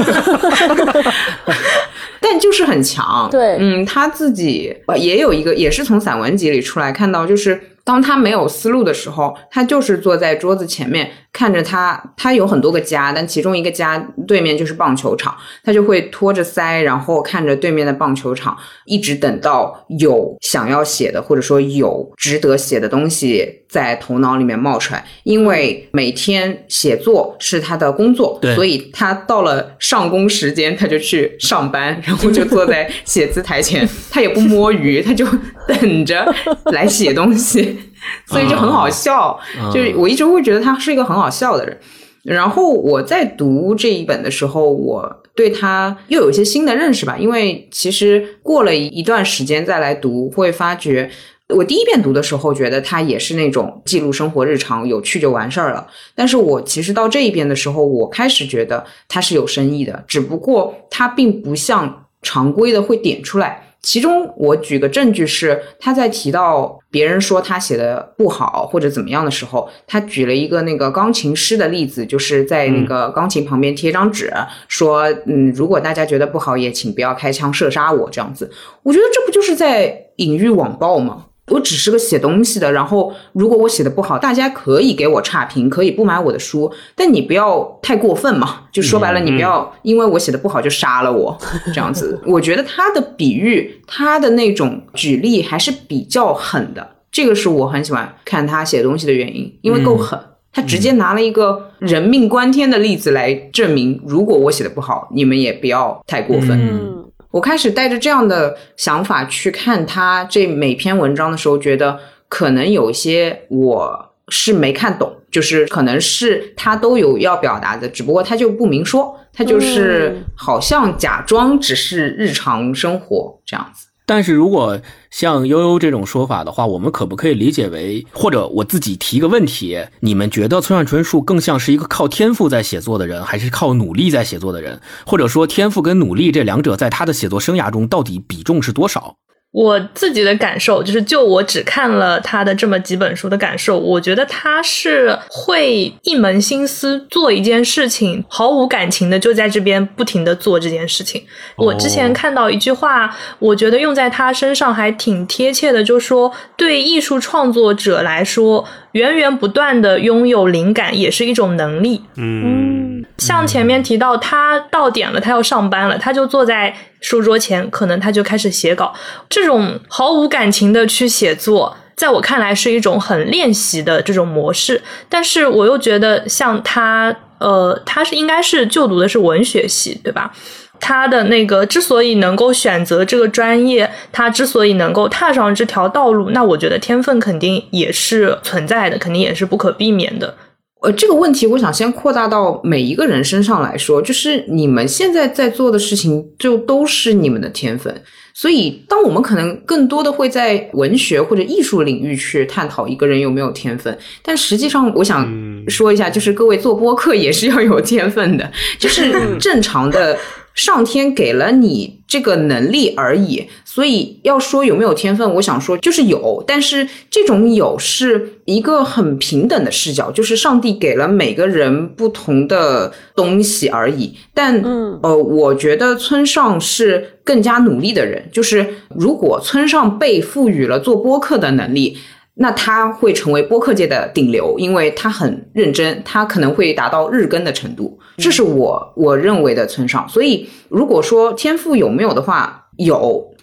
但就是很强。 对， 他自己也有一个，也是从散文集里出来看到，就是当他没有思路的时候，他就是坐在桌子前面看着他有很多个家，但其中一个家对面就是棒球场，他就会托着腮，然后看着对面的棒球场，一直等到有想要写的或者说有值得写的东西在头脑里面冒出来。因为每天写作是他的工作，所以他到了上工时间他就去上班，然后就坐在写字台前他也不摸鱼，他就等着来写东西所以就很好笑就是我一直会觉得他是一个很好笑的人。然后我在读这一本的时候，我对他又有一些新的认识吧，因为其实过了一段时间再来读，会发觉我第一遍读的时候觉得他也是那种记录生活日常有趣就完事儿了，但是我其实到这一遍的时候，我开始觉得他是有深意的，只不过他并不像常规的会点出来。其中我举个证据是，他在提到别人说他写的不好或者怎么样的时候，他举了一个那个钢琴师的例子，就是在那个钢琴旁边贴张纸说如果大家觉得不好也请不要开枪射杀我，这样子。我觉得这不就是在隐喻网暴吗？我只是个写东西的，然后如果我写的不好，大家可以给我差评，可以不买我的书，但你不要太过分嘛，就说白了你不要因为我写的不好就杀了我这样子。我觉得他的比喻，他的那种举例还是比较狠的，这个是我很喜欢看他写东西的原因，因为够狠他直接拿了一个人命关天的例子来证明，如果我写的不好你们也不要太过分我开始带着这样的想法去看他这每篇文章的时候，觉得可能有一些我是没看懂，就是可能是他都有要表达的，只不过他就不明说，他就是好像假装只是日常生活这样子。 但是如果像悠悠这种说法的话，我们可不可以理解为，或者我自己提个问题，你们觉得村上春树更像是一个靠天赋在写作的人，还是靠努力在写作的人？或者说天赋跟努力这两者在他的写作生涯中到底比重是多少？ 我自己的感受就是，就我只看了他的这么几本书的感受，我觉得他是会一门心思做一件事情，毫无感情的就在这边不停的做这件事情。我之前看到一句话，我觉得用在他身上还挺贴切的，就是说对艺术创作者来说，源源不断的拥有灵感也是一种能力。像前面提到他到点了，他要上班了，他就坐在书桌前，可能他就开始写稿。这种毫无感情的去写作，在我看来是一种很练习的这种模式。但是我又觉得像他是应该是就读的是文学系，对吧？他的那个之所以能够选择这个专业，他之所以能够踏上这条道路，那我觉得天分肯定也是存在的，肯定也是不可避免的。 这个问题我想先扩大到每一个人身上来说，就是你们现在在做的事情就都是你们的天分，所以当我们可能更多的会在文学或者艺术领域去探讨一个人有没有天分，但实际上我想说一下，就是各位做播客也是要有天分的，就是正常的上天给了你这个能力而已，所以要说有没有天分，我想说就是有，但是这种有是一个很平等的视角，就是上帝给了每个人不同的东西而已。但我觉得村上是更加努力的人，就是如果村上被赋予了做播客的能力，那他会成为播客界的顶流，因为他很认真，他可能会达到日更的程度，这是我认为的村上。所以如果说天赋有没有的话，有，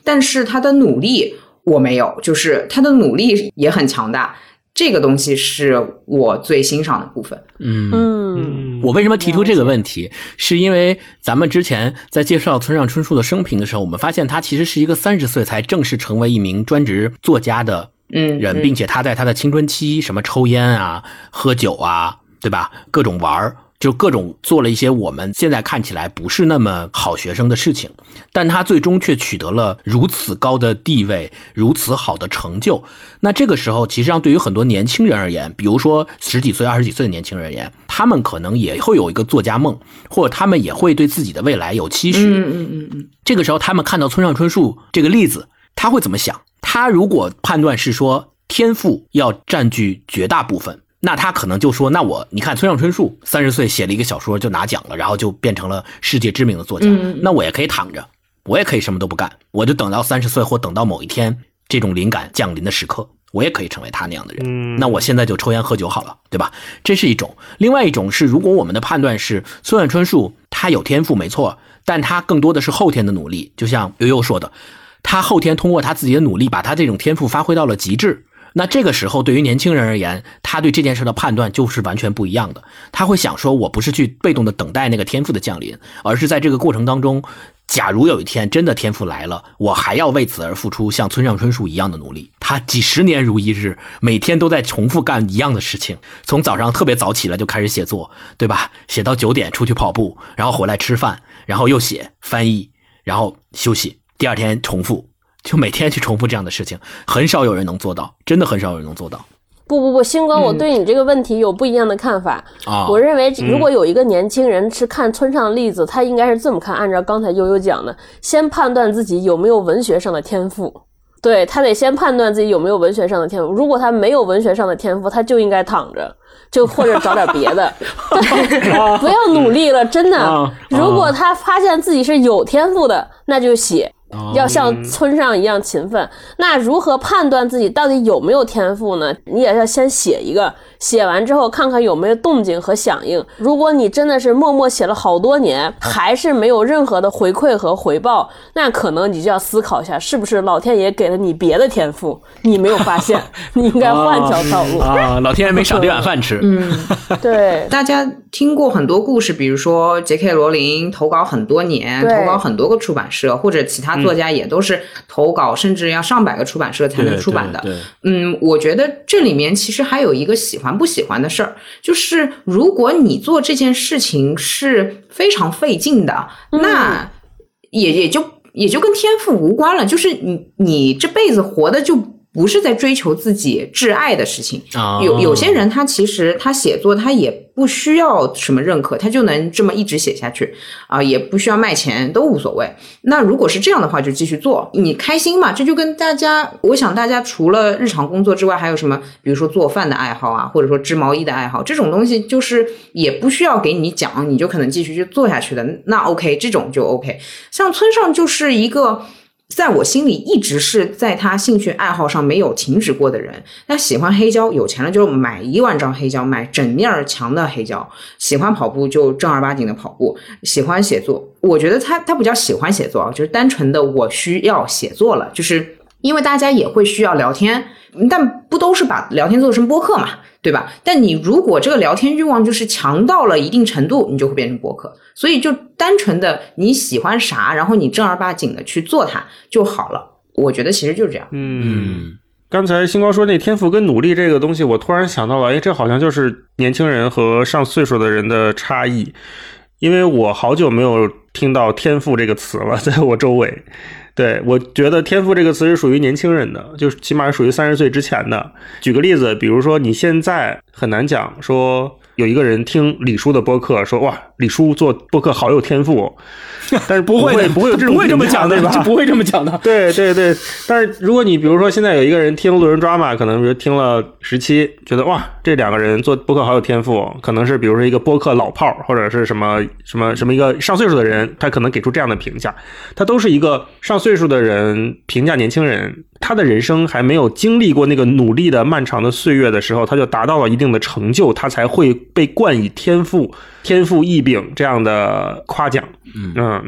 但是他的努力我没有，就是他的努力也很强大，这个东西是我最欣赏的部分。 我为什么提出这个问题，是因为咱们之前在介绍村上春树的生平的时候，我们发现他其实是一个30岁才正式成为一名专职作家的人，并且他在他的青春期什么抽烟啊、喝酒啊，对吧？各种玩，就各种做了一些我们现在看起来不是那么好学生的事情，但他最终却取得了如此高的地位，如此好的成就。那这个时候其实上对于很多年轻人而言，比如说10几岁、20几岁的年轻人而言，他们可能也会有一个作家梦，或者他们也会对自己的未来有期许。这个时候他们看到村上春树这个例子，他会怎么想？他如果判断是说天赋要占据绝大部分，那他可能就说，那你看村上春树30岁写了一个小说就拿奖了，然后就变成了世界知名的作家，那我也可以躺着，我也可以什么都不干，我就等到30岁或等到某一天这种灵感降临的时刻，我也可以成为他那样的人。那我现在就抽烟喝酒好了，对吧？这是一种。另外一种是，如果我们的判断是村上春树他有天赋没错，但他更多的是后天的努力，就像悠悠说的，他后天通过他自己的努力把他这种天赋发挥到了极致。那这个时候对于年轻人而言，他对这件事的判断就是完全不一样的。他会想说，我不是去被动的等待那个天赋的降临，而是在这个过程当中，假如有一天真的天赋来了，我还要为此而付出像村上春树一样的努力。他几十年如一日，每天都在重复干一样的事情，从早上特别早起来就开始写作，对吧？写到9点出去跑步，然后回来吃饭，然后又写翻译，然后休息，第二天重复，就每天去重复这样的事情，很少有人能做到，真的很少有人能做到。 不，星哥，我对你这个问题有不一样的看法。我认为如果有一个年轻人是看村上的例子，他应该是这么看，按照刚才悠悠讲的，先判断自己有没有文学上的天赋。对，他得先判断自己有没有文学上的天赋，如果他没有文学上的天赋，他就应该躺着，就或者找点别的。对，不要努力了，真的。如果他发现自己是有天赋的，那就写。要像村上一样勤奋。那如何判断自己到底有没有天赋呢？你也要先写一个，写完之后看看有没有动静和响应。如果你真的是默默写了好多年，还是没有任何的回馈和回报，那可能你就要思考一下，是不是老天爷给了你别的天赋，你没有发现，你应该换条道路老天爷没赏这碗饭吃。 对，大家听过很多故事，比如说杰克罗琳投稿很多年，投稿很多个出版社，或者其他作家也都是投稿甚至要上百个出版社才能出版的。我觉得这里面其实还有一个喜欢不喜欢的事儿，就是如果你做这件事情是非常费劲的，那也就跟天赋无关了，就是你这辈子活的就不是在追求自己挚爱的事情。有些人他其实他写作他也不需要什么认可，他就能这么一直写下去也不需要卖钱，都无所谓。那如果是这样的话就继续做，你开心嘛，这就跟大家，我想大家除了日常工作之外还有什么，比如说做饭的爱好啊，或者说织毛衣的爱好，这种东西就是也不需要给你讲，你就可能继续去做下去的，那 OK， 这种就 OK。像村上就是一个在我心里一直是在他兴趣爱好上没有停止过的人。他喜欢黑胶，有钱了就买1万张黑胶，买整面墙的黑胶。喜欢跑步就正儿八经的跑步。喜欢写作，我觉得他不叫喜欢写作，就是单纯的我需要写作了，就是因为大家也会需要聊天，但不都是把聊天做成播客嘛，对吧？但你如果这个聊天欲望就是强到了一定程度，你就会变成播客。所以就单纯的你喜欢啥，然后你正儿八经的去做它就好了。我觉得其实就是这样。 刚才星光说那天赋跟努力这个东西，我突然想到了，这好像就是年轻人和上岁数的人的差异。因为我好久没有听到天赋这个词了，在我周围。对，我觉得天赋这个词是属于年轻人的，就是起码是属于30岁之前的。举个例子，比如说你现在很难讲说有一个人听李叔的播客说，哇，李叔做播客好有天赋，但是不会有这种， 不会这么讲的， 吧？ 不会这么讲的。 对。但是如果你比如说现在有一个人听路人抓马，可能比如听了10期，觉得哇，这2个人做播客好有天赋，可能是比如说一个播客老炮，或者是什么一个上岁数的人，他可能给出这样的评价。他都是一个上岁数的人评价年轻人，他的人生还没有经历过那个努力的漫长的岁月的时候，他就达到了一定的成就，他才会被冠以天赋异禀这样的夸奖。那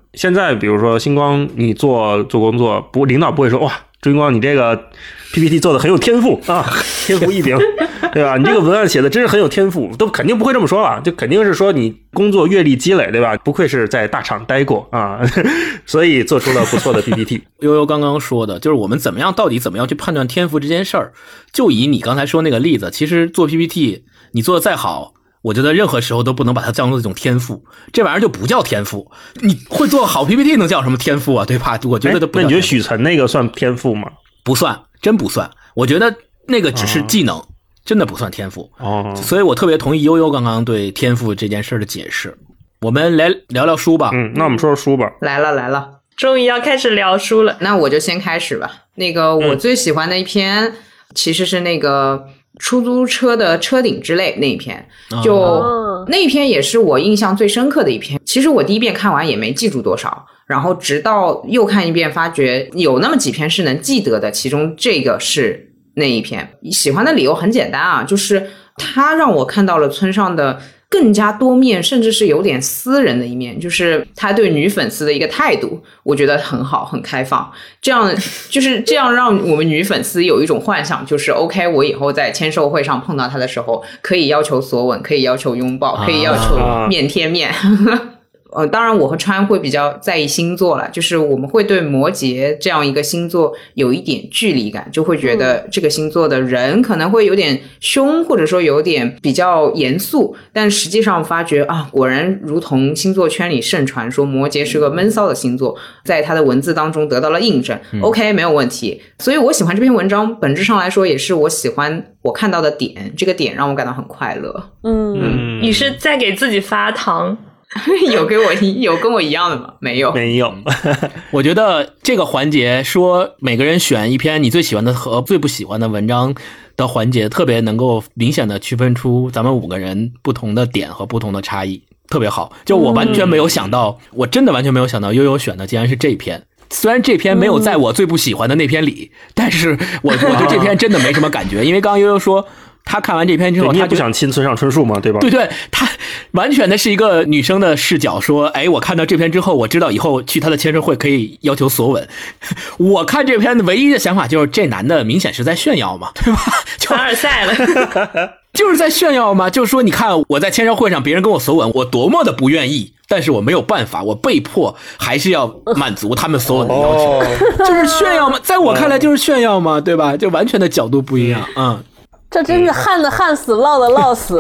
现在比如说星光，你做工作，领导不会说哇，周星光你这个 PPT 做的很有天赋啊，天赋异禀，对吧？你这个文案写的真是很有天赋，都肯定不会这么说了，就肯定是说你工作阅历积累，对吧？不愧是在大厂待过啊，所以做出了不错的 PPT。 悠悠刚刚说的就是我们到底怎么样去判断天赋这件事儿，就以你刚才说那个例子，其实做 PPT 你做的再好，我觉得任何时候都不能把它当做一种天赋，这玩意儿就不叫天赋。你会做好 PPT 能叫什么天赋啊？对吧？我觉得都不叫天赋。 那你觉得许晨那个算天赋吗？ 不算，真不算。我觉得那个只是技能，真的不算天赋。 哦， 所以我特别同意悠悠刚刚对天赋这件事的解释。我们来聊聊书吧。 那我们说说书吧。 来了， 终于要开始聊书了。 那我就先开始吧。那个我最喜欢的一篇，其实是那个出租车的车顶之泪那一篇，就那一篇也是我印象最深刻的一篇。其实我第一遍看完也没记住多少，然后直到又看一遍，发觉有那么几篇是能记得的，其中这个是那一篇。喜欢的理由很简单啊，就是它让我看到了村上的更加多面，甚至是有点私人的一面，就是他对女粉丝的一个态度，我觉得很好，很开放。这样让我们女粉丝有一种幻想，就是 OK， 我以后在签售会上碰到他的时候，可以要求索吻，可以要求拥抱，可以要求面贴面。当然我和川会比较在意星座了，就是我们会对摩羯这样一个星座有一点距离感，就会觉得这个星座的人可能会有点凶，或者说有点比较严肃，但实际上发觉啊，果然如同星座圈里盛传说摩羯是个闷骚的星座，在他的文字当中得到了印证。OK， 没有问题。所以我喜欢这篇文章，本质上来说也是我喜欢我看到的点，这个点让我感到很快乐。 你是在给自己发糖？ 有跟我一样的吗？没有。 我觉得这个环节说每个人选一篇你最喜欢的和最不喜欢的文章的环节，特别能够明显的区分出咱们5个人不同的点和不同的差异，特别好。就我完全没有想到，我真的完全没有想到悠悠选的竟然是这篇。虽然这篇没有在我最不喜欢的那篇里，但是我对这篇真的没什么感觉，因为刚刚悠悠说他看完这篇之后， 你也不想亲村上春树嘛，对吧？ 对，他完全的是一个女生的视角，说，哎，我看到这篇之后，我知道以后去他的签售会可以要求索吻。我看这篇的唯一的想法就是，这男的明显是在炫耀嘛，对吧？ 凡尔赛了。 就是在炫耀嘛，就是说，你看我在签售会上别人跟我索吻，我多么的不愿意，但是我没有办法，我被迫还是要满足他们索吻的要求，就是炫耀嘛，在我看来就是炫耀嘛，对吧？就完全的角度不一样， 这真是旱的旱死，涝的涝死。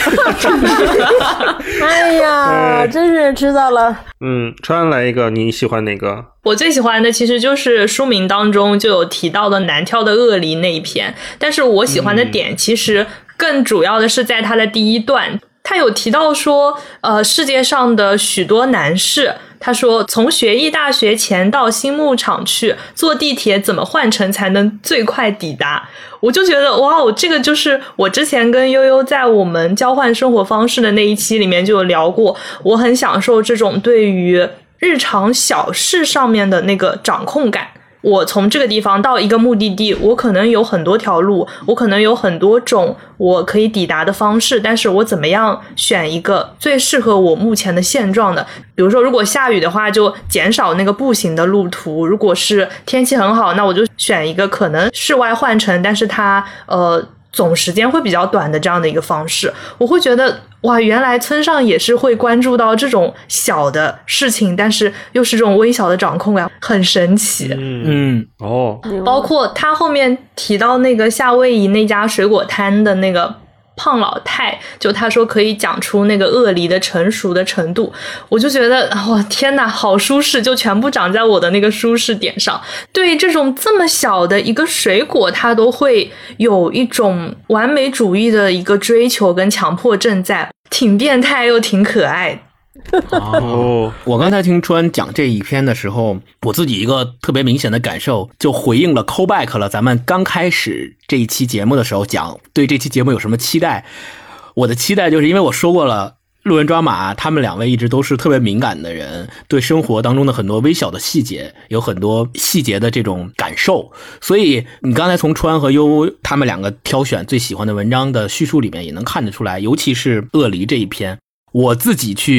哎呀，真是知道了。 川来一个，你喜欢哪个？ 我最喜欢的其实就是书名当中就有提到的难挑的恶梨那一篇，但是我喜欢的点其实更主要的是在它的第一段，他有提到说世界上的许多男士，他说从学艺大学前到新牧场去坐地铁怎么换乘才能最快抵达。我就觉得哇，这个就是我之前跟悠悠在我们交换生活方式的那一期里面就有聊过，我很享受这种对于日常小事上面的那个掌控感。我从这个地方到一个目的地，我可能有很多条路，我可能有很多种我可以抵达的方式，但是我怎么样选一个最适合我目前的现状的。比如说如果下雨的话就减少那个步行的路途，如果是天气很好，那我就选一个可能室外换乘，但是它总时间会比较短的这样的一个方式。我会觉得哇，原来村上也是会关注到这种小的事情，但是又是这种微小的掌控感，很神奇。包括他后面提到那个夏威夷那家水果摊的那个胖老太，就他说可以讲出那个恶梨的成熟的程度，我就觉得哇天哪，好舒适，就全部长在我的那个舒适点上。对这种这么小的一个水果，它都会有一种完美主义的一个追求跟强迫症在，挺变态又挺可爱。 我刚才听川讲这一篇的时候，我自己一个特别明显的感受，就回应了 callback 了咱们刚开始这一期节目的时候讲对这期节目有什么期待。我的期待就是因为我说过了，路人抓马他们2位一直都是特别敏感的人，对生活当中的很多微小的细节有很多细节的这种感受，所以你刚才从川和优他们2个挑选最喜欢的文章的叙述里面也能看得出来，尤其是恶梨这一篇，我自己去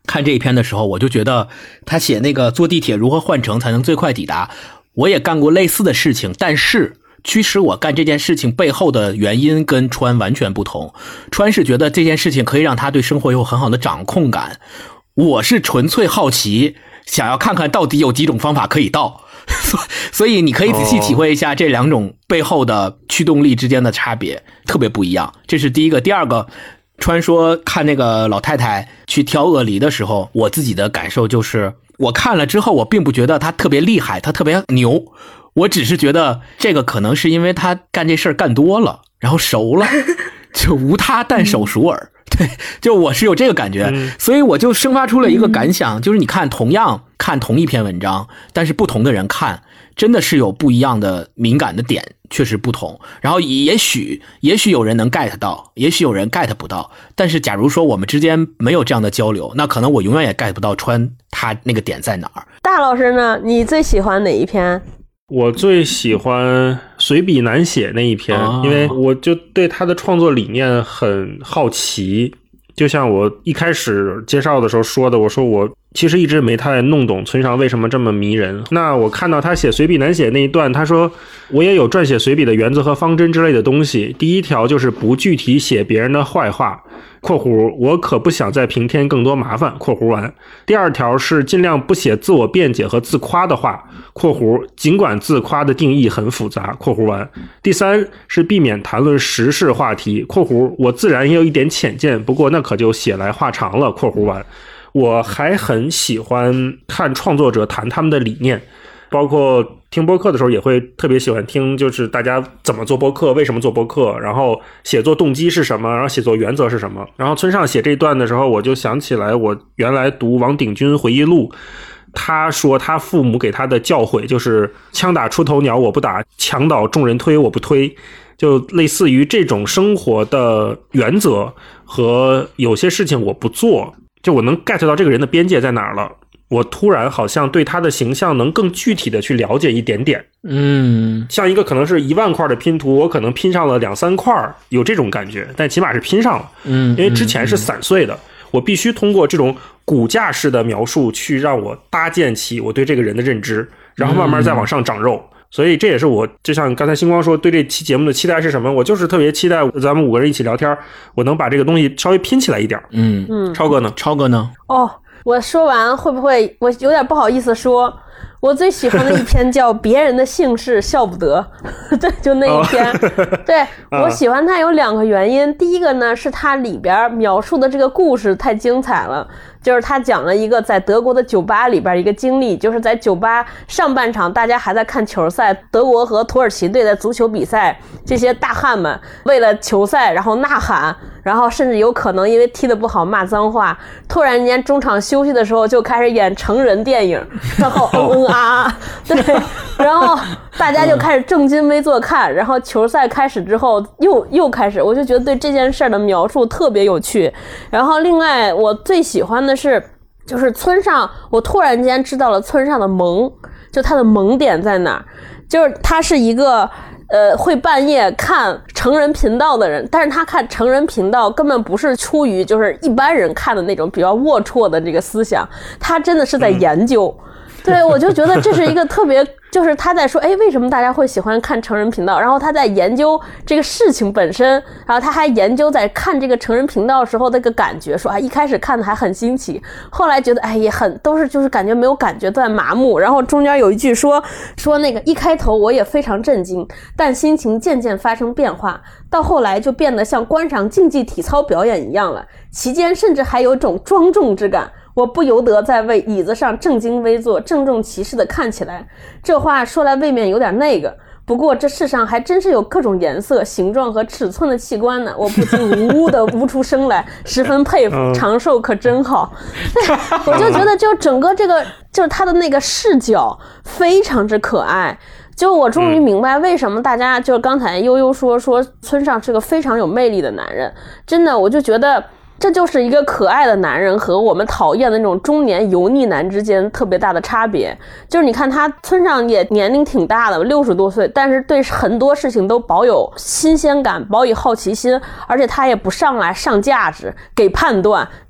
看这一篇的时候，我就觉得他写那个坐地铁如何换乘才能最快抵达，我也干过类似的事情，但是驱使我干这件事情背后的原因跟川完全不同。川是觉得这件事情可以让他对生活有很好的掌控感，我是纯粹好奇，想要看看到底有几种方法可以到。所以你可以仔细体会一下这两种背后的驱动力之间的差别，特别不一样。这是第一个。第二个，川说看那个老太太去挑鳄梨的时候，我自己的感受就是，我看了之后我并不觉得她特别厉害，她特别牛，我只是觉得这个可能是因为她干这事儿干多了，然后熟了，就无他但手熟耳。对，就我是有这个感觉，所以我就生发出了一个感想，就是你看同样看同一篇文章，但是不同的人看真的是有不一样的敏感的点，确实不同。然后也许有人能 get 到，也许有人 get 不到，但是假如说我们之间没有这样的交流，那可能我永远也 get 不到川他那个点在哪儿。 大老师呢，你最喜欢哪一篇？ 我最喜欢随笔难写那一篇，因为我就对他的创作理念很好奇。就像我一开始介绍的时候说的，我说我其实一直没太弄懂村上为什么这么迷人。那我看到他写随笔难写那一段，他说我也有撰写随笔的原则和方针之类的东西。第一条就是不具体写别人的坏话括弧我可不想再平添更多麻烦括弧完。第二条是尽量不写自我辩解和自夸的话括弧尽管自夸的定义很复杂括弧完。第三是避免谈论时事话题括弧我自然也有一点浅见，不过那可就写来话长了括弧完。我还很喜欢看创作者谈他们的理念，包括听播客的时候也会特别喜欢听，就是大家怎么做播客，为什么做播客，然后写作动机是什么，然后写作原则是什么。然后村上写这段的时候，我就想起来我原来读王鼎钧回忆录，他说他父母给他的教诲就是枪打出头鸟我不打，墙倒众人推我不推，就类似于这种生活的原则和有些事情我不做，就我能 get 到这个人的边界在哪儿了，我突然好像对他的形象能更具体的去了解一点点。像一个可能是10000块的拼图，我可能拼上了2-3块，有这种感觉，但起码是拼上了。因为之前是散碎的，我必须通过这种骨架式的描述去让我搭建起我对这个人的认知，然后慢慢再往上长肉。所以这也是我就像刚才星光说对这期节目的期待是什么，我就是特别期待咱们5个人一起聊天，我能把这个东西稍微拼起来一点。超哥呢？ 哦，我说完会不会我有点不好意思说，我最喜欢的一篇叫别人的姓氏笑不得对，就那一篇对，我喜欢它有2个原因。第一个呢是它里边描述的这个故事太精彩了，就是他讲了一个在德国的酒吧里边一个经历，就是在酒吧上半场大家还在看球赛，德国和土耳其队的足球比赛，这些大汉们为了球赛然后呐喊，然后甚至有可能因为踢得不好骂脏话，突然间中场休息的时候就开始演成人电影，然后对，然后大家就开始正襟危坐看，然后球赛开始之后又开始，我就觉得对这件事的描述特别有趣。然后另外我最喜欢的是就是村上，我突然间知道了村上的萌，就他的萌点在哪，就是他是一个会半夜看成人频道的人，但是他看成人频道根本不是出于就是一般人看的那种比较龌龊的这个思想，他真的是在研究。对，我就觉得这是一个特别，就是他在说，为什么大家会喜欢看成人频道？然后他在研究这个事情本身，然后他还研究在看这个成人频道时候那个感觉，说一开始看的还很新奇，后来觉得也很都是就是感觉没有感觉，在麻木。然后中间有一句说那个一开头我也非常震惊，但心情渐渐发生变化，到后来就变得像观赏竞技体操表演一样了，其间甚至还有一种庄重之感。我不由得在椅子上正襟危坐，郑重其事地看起来。这话说来未免有点那个，不过这世上还真是有各种颜色、形状和尺寸的器官呢。我不禁呜呜地呜出声来，十分佩服，长寿可真好。我就觉得，就整个这个，就是他的那个视角非常之可爱。就我终于明白为什么大家就是刚才悠悠说村上是个非常有魅力的男人，真的，我就觉得。这就是一个可爱的男人和我们讨厌的那种中年油腻男之间特别大的差别。就是你看他村上也年龄挺大的，60多岁，但是对很多事情都保有新鲜感，保有好奇心，而且他也不上来上价值给判断，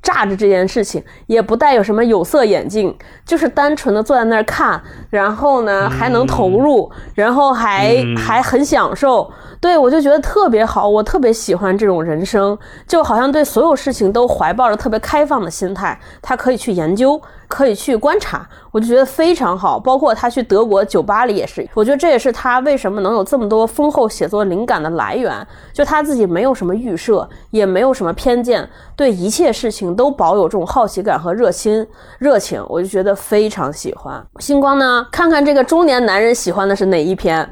榨着这件事情，也不带有什么有色眼镜，就是单纯的坐在那儿看，然后呢还能投入，然后还很享受。对，我就觉得特别好，我特别喜欢这种人生，就好像对所有事情都怀抱着特别开放的心态，他可以去研究，可以去观察，我就觉得非常好。包括他去德国酒吧里也是，我觉得这也是他为什么能有这么多丰厚写作灵感的来源，就他自己没有什么预设，也没有什么偏见，对一切事情都保有这种好奇感和热情，我就觉得非常喜欢。星光呢，看看这个中年男人喜欢的是哪一篇？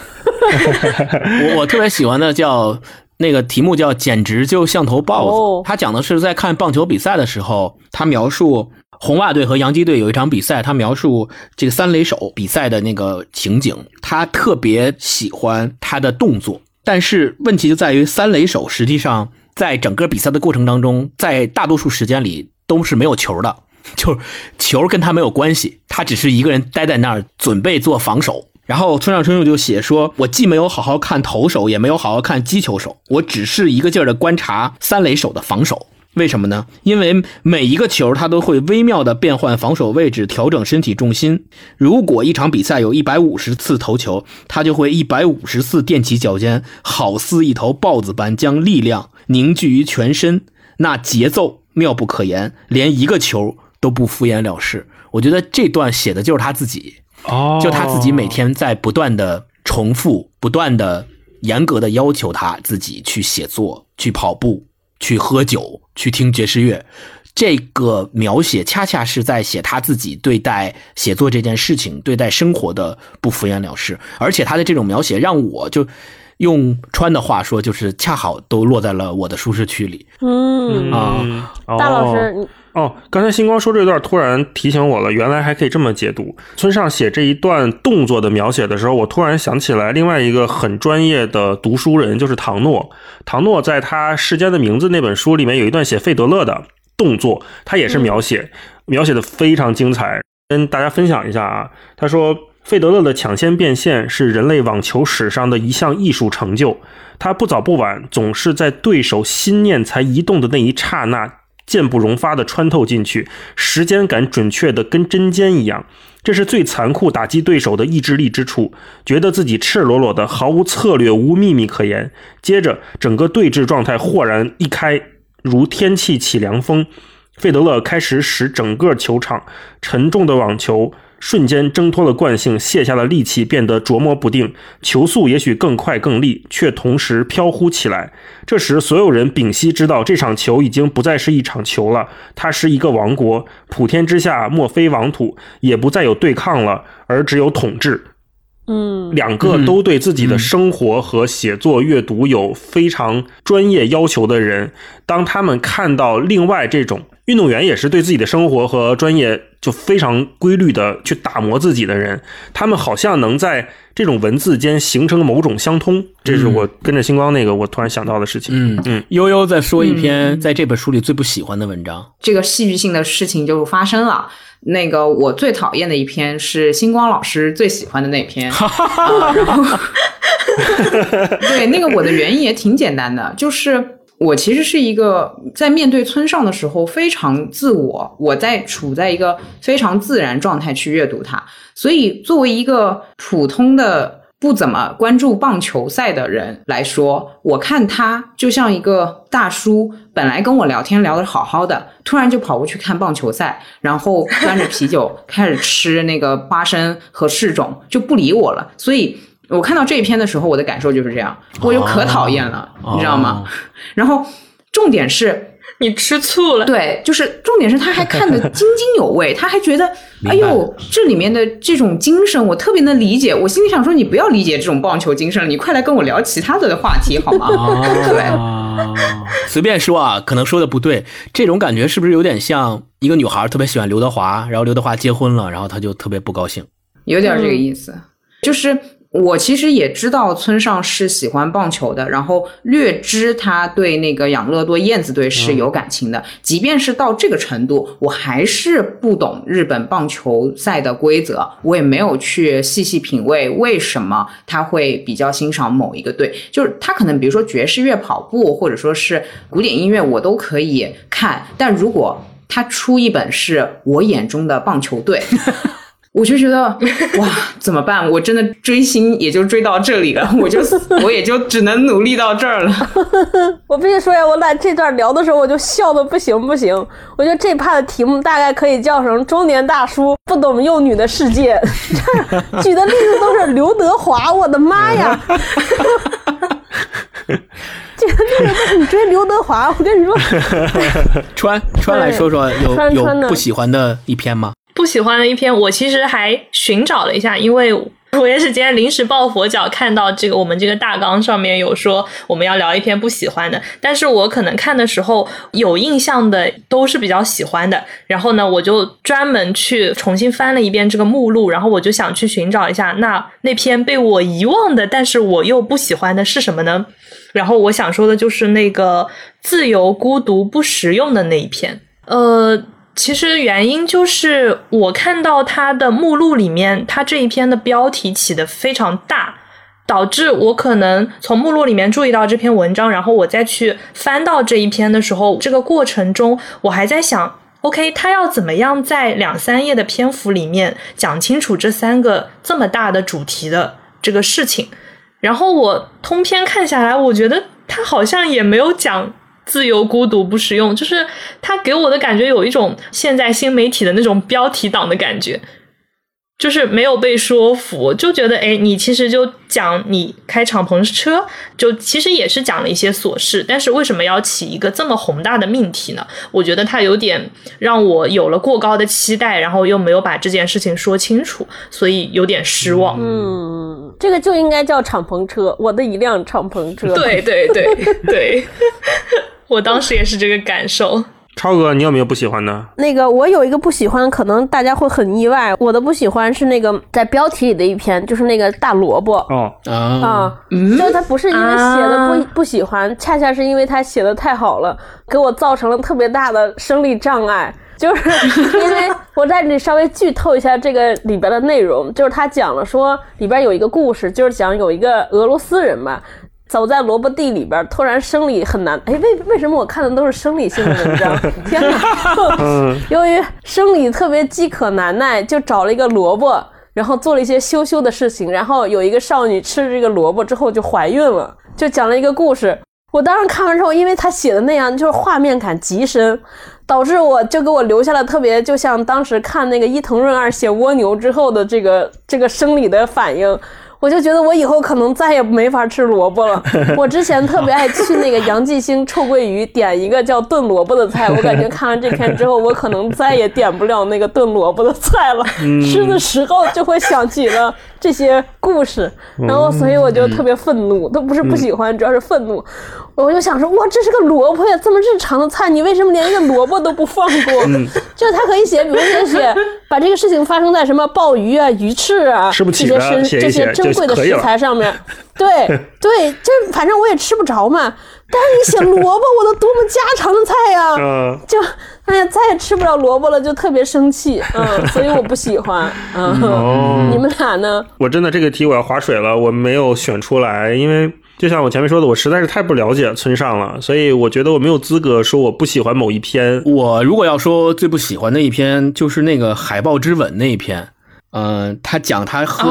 我特别喜欢的叫那个题目叫简直就像头豹子，他讲的是在看棒球比赛的时候，他描述红袜队和洋基队有一场比赛，他描述这个三垒手比赛的那个情景，他特别喜欢他的动作，但是问题就在于三垒手实际上在整个比赛的过程当中，在大多数时间里都是没有球的，就是球跟他没有关系，他只是一个人待在那儿准备做防守。然后村上春树就写说，我既没有好好看投手，也没有好好看击球手，我只是一个劲儿的观察三垒手的防守。为什么呢？因为每一个球他都会微妙的变换防守位置，调整身体重心。如果一场比赛有150次投球，他就会150次踮起脚尖，好似一头豹子般将力量凝聚于全身，那节奏妙不可言，连一个球都不敷衍了事。我觉得这段写的就是他自己，就他自己每天在不断的重复，不断的严格的要求他自己去写作，去跑步，去喝酒，去听爵士乐。这个描写恰恰是在写他自己对待写作这件事情，对待生活的不敷衍了事。而且他的这种描写让我就用川的话说，就是恰好都落在了我的舒适区里。 大老师刚才星光说这段突然提醒我了，原来还可以这么解读。村上写这一段动作的描写的时候，我突然想起来另外一个很专业的读书人，就是唐诺。唐诺在他《世间的名字》那本书里面有一段写费德勒的动作，他也是描写的非常精彩，跟大家分享一下啊。他说，费德勒的抢先变现是人类网球史上的一项艺术成就，他不早不晚总是在对手心念才移动的那一刹那箭不容发地穿透进去，时间感准确的跟针尖一样，这是最残酷打击对手的意志力之处，觉得自己赤裸裸的毫无策略，无秘密可言。接着整个对峙状态豁然一开，如天气起凉风，费德勒开始使整个球场沉重的网球瞬间挣脱了惯性，卸下了力气，变得琢磨不定，球速也许更快更利，却同时飘忽起来。这时所有人屏息知道，这场球已经不再是一场球了，它是一个王国，普天之下莫非王土，也不再有对抗了，而只有统治。两个都对自己的生活和写作阅读有非常专业要求的人，当他们看到另外这种运动员也是对自己的生活和专业就非常规律的去打磨自己的人，他们好像能在这种文字间形成某种相通，这是我跟着星光那个我突然想到的事情。 悠悠再说一篇在这本书里最不喜欢的文章。 这个戏剧性的事情就发生了。那个我最讨厌的一篇是星光老师最喜欢的那篇，然后对，那个我的原因也挺简单的，就是我其实是一个在面对村上的时候非常自我在处在一个非常自然状态去阅读它，所以作为一个普通的不怎么关注棒球赛的人来说，我看他就像一个大叔，本来跟我聊天聊得好好的，突然就跑过去看棒球赛，然后端着啤酒开始吃那个花生和柿种，就不理我了。所以我看到这一篇的时候，我的感受就是这样，我就可讨厌了，你知道吗？然后重点是你吃醋了。 对，就是重点是他还看得津津有味，他还觉得哎呦这里面的这种精神我特别能理解。我心里想说，你不要理解这种棒球精神，你快来跟我聊其他的话题好吗？对， 随便说啊，可能说的不对，这种感觉是不是有点像一个女孩特别喜欢刘德华，然后刘德华结婚了，然后她就特别不高兴， 有点这个意思。就是我其实也知道村上是喜欢棒球的，然后略知他对那个养乐多燕子队是有感情的，即便是到这个程度，我还是不懂日本棒球赛的规则，我也没有去细细品味为什么他会比较欣赏某一个队，就是他可能比如说爵士乐、跑步或者说是古典音乐我都可以看，但如果他出一本是我眼中的棒球队我就觉得哇怎么办，我真的追星也就追到这里了，我也就只能努力到这儿了我必须说呀，我俩这段聊的时候我就笑得不行，我觉得这趴的题目大概可以叫成中年大叔不懂幼女的世界举的例子都是刘德华，我的妈呀这个例子都是你追刘德华，我跟你说川来说说有不喜欢的一篇吗？ 不喜欢的一篇我其实还寻找了一下，因为我也是今天临时抱佛脚看到这个我们这个大纲上面有说我们要聊一篇不喜欢的，但是我可能看的时候有印象的都是比较喜欢的，然后呢我就专门去重新翻了一遍这个目录，然后我就想去寻找一下那篇被我遗忘的但是我又不喜欢的是什么呢，然后我想说的就是那个自由孤独不实用的那一篇。其实原因就是我看到它的目录里面它这一篇的标题起得非常大，导致我可能从目录里面注意到这篇文章，然后我再去翻到这一篇的时候，这个过程中我还在想 OK 他要怎么样在2-3页的篇幅里面讲清楚这3个这么大的主题的这个事情，然后我通篇看下来我觉得他好像也没有讲自由孤独不实用，就是他给我的感觉有一种现在新媒体的那种标题党的感觉，就是没有被说服，就觉得你其实就讲你开敞篷车，就其实也是讲了一些琐事，但是为什么要起一个这么宏大的命题呢？我觉得他有点让我有了过高的期待，然后又没有把这件事情说清楚，所以有点失望。 这个就应该叫敞篷车，我的一辆敞篷车。 对我当时也是这个感受。 超哥你有没有不喜欢的？ 那个我有一个不喜欢，可能大家会很意外，我的不喜欢是那个在标题里的一篇，就是那个大萝卜就是他不是因为写的不喜欢，恰恰是因为他写的太好了，给我造成了特别大的生理障碍。就是因为我在这里稍微剧透一下这个里边的内容，就是他讲了说里边有一个故事，就是讲有一个俄罗斯人吧，走在萝卜地里边，突然生理很难。为什么我看的都是生理性的文章？天哪！由于生理特别饥渴难耐，就找了一个萝卜，然后做了一些羞羞的事情，然后有一个少女吃了这个萝卜之后就怀孕了，就讲了一个故事。我当时看完之后，因为他写的那样，就是画面感极深，导致我就给我留下了特别，就像当时看那个伊藤润二写蜗牛之后的这个生理的反应。我就觉得我以后可能再也没法吃萝卜了。我之前特别爱去那个杨继兴臭鳜鱼点一个叫炖萝卜的菜，我感觉看完这篇之后我可能再也点不了那个炖萝卜的菜了。吃的时候就会想起了这些故事，然后所以我就特别愤怒，都不是不喜欢，主要是愤怒。我就想说，哇，这是个萝卜呀，这么日常的菜，你为什么连一个萝卜都不放过？就是他可以写，比如写把这个事情发生在什么鲍鱼啊、鱼翅啊吃不起的这些珍贵的食材上面。对，这反正我也吃不着嘛。但是你写萝卜，我都多么家常的菜呀！就再也吃不着萝卜了，就特别生气。所以我不喜欢。你们俩呢？ 我真的这个题我要划水了，我没有选出来，因为就像我前面说的，我实在是太不了解村上了，所以我觉得我没有资格说我不喜欢某一篇。 我如果要说最不喜欢的一篇，就是那个海豹之吻那一篇。他讲他喝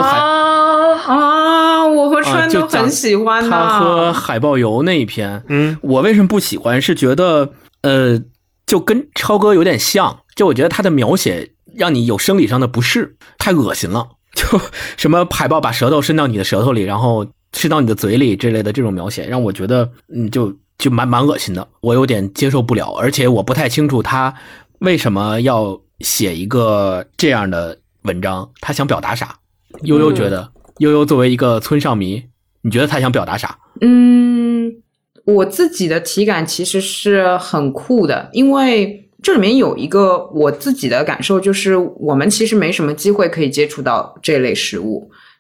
我和川都很喜欢他喝海豹油那一篇。我为什么不喜欢？是觉得就跟超哥有点像，就我觉得他的描写让你有生理上的不适，太恶心了。就什么海豹把舌头伸到你的舌头里，然后吃到你的嘴里之类的这种描写，让我觉得就蛮恶心的，我有点接受不了。而且我不太清楚他为什么要写一个这样的文章，他想表达啥？悠悠觉得，悠悠作为一个村上迷，你觉得他想表达啥？ 我自己的体感其实是很酷的，因为这里面有一个我自己的感受，就是我们其实没什么机会可以接触到这类食物。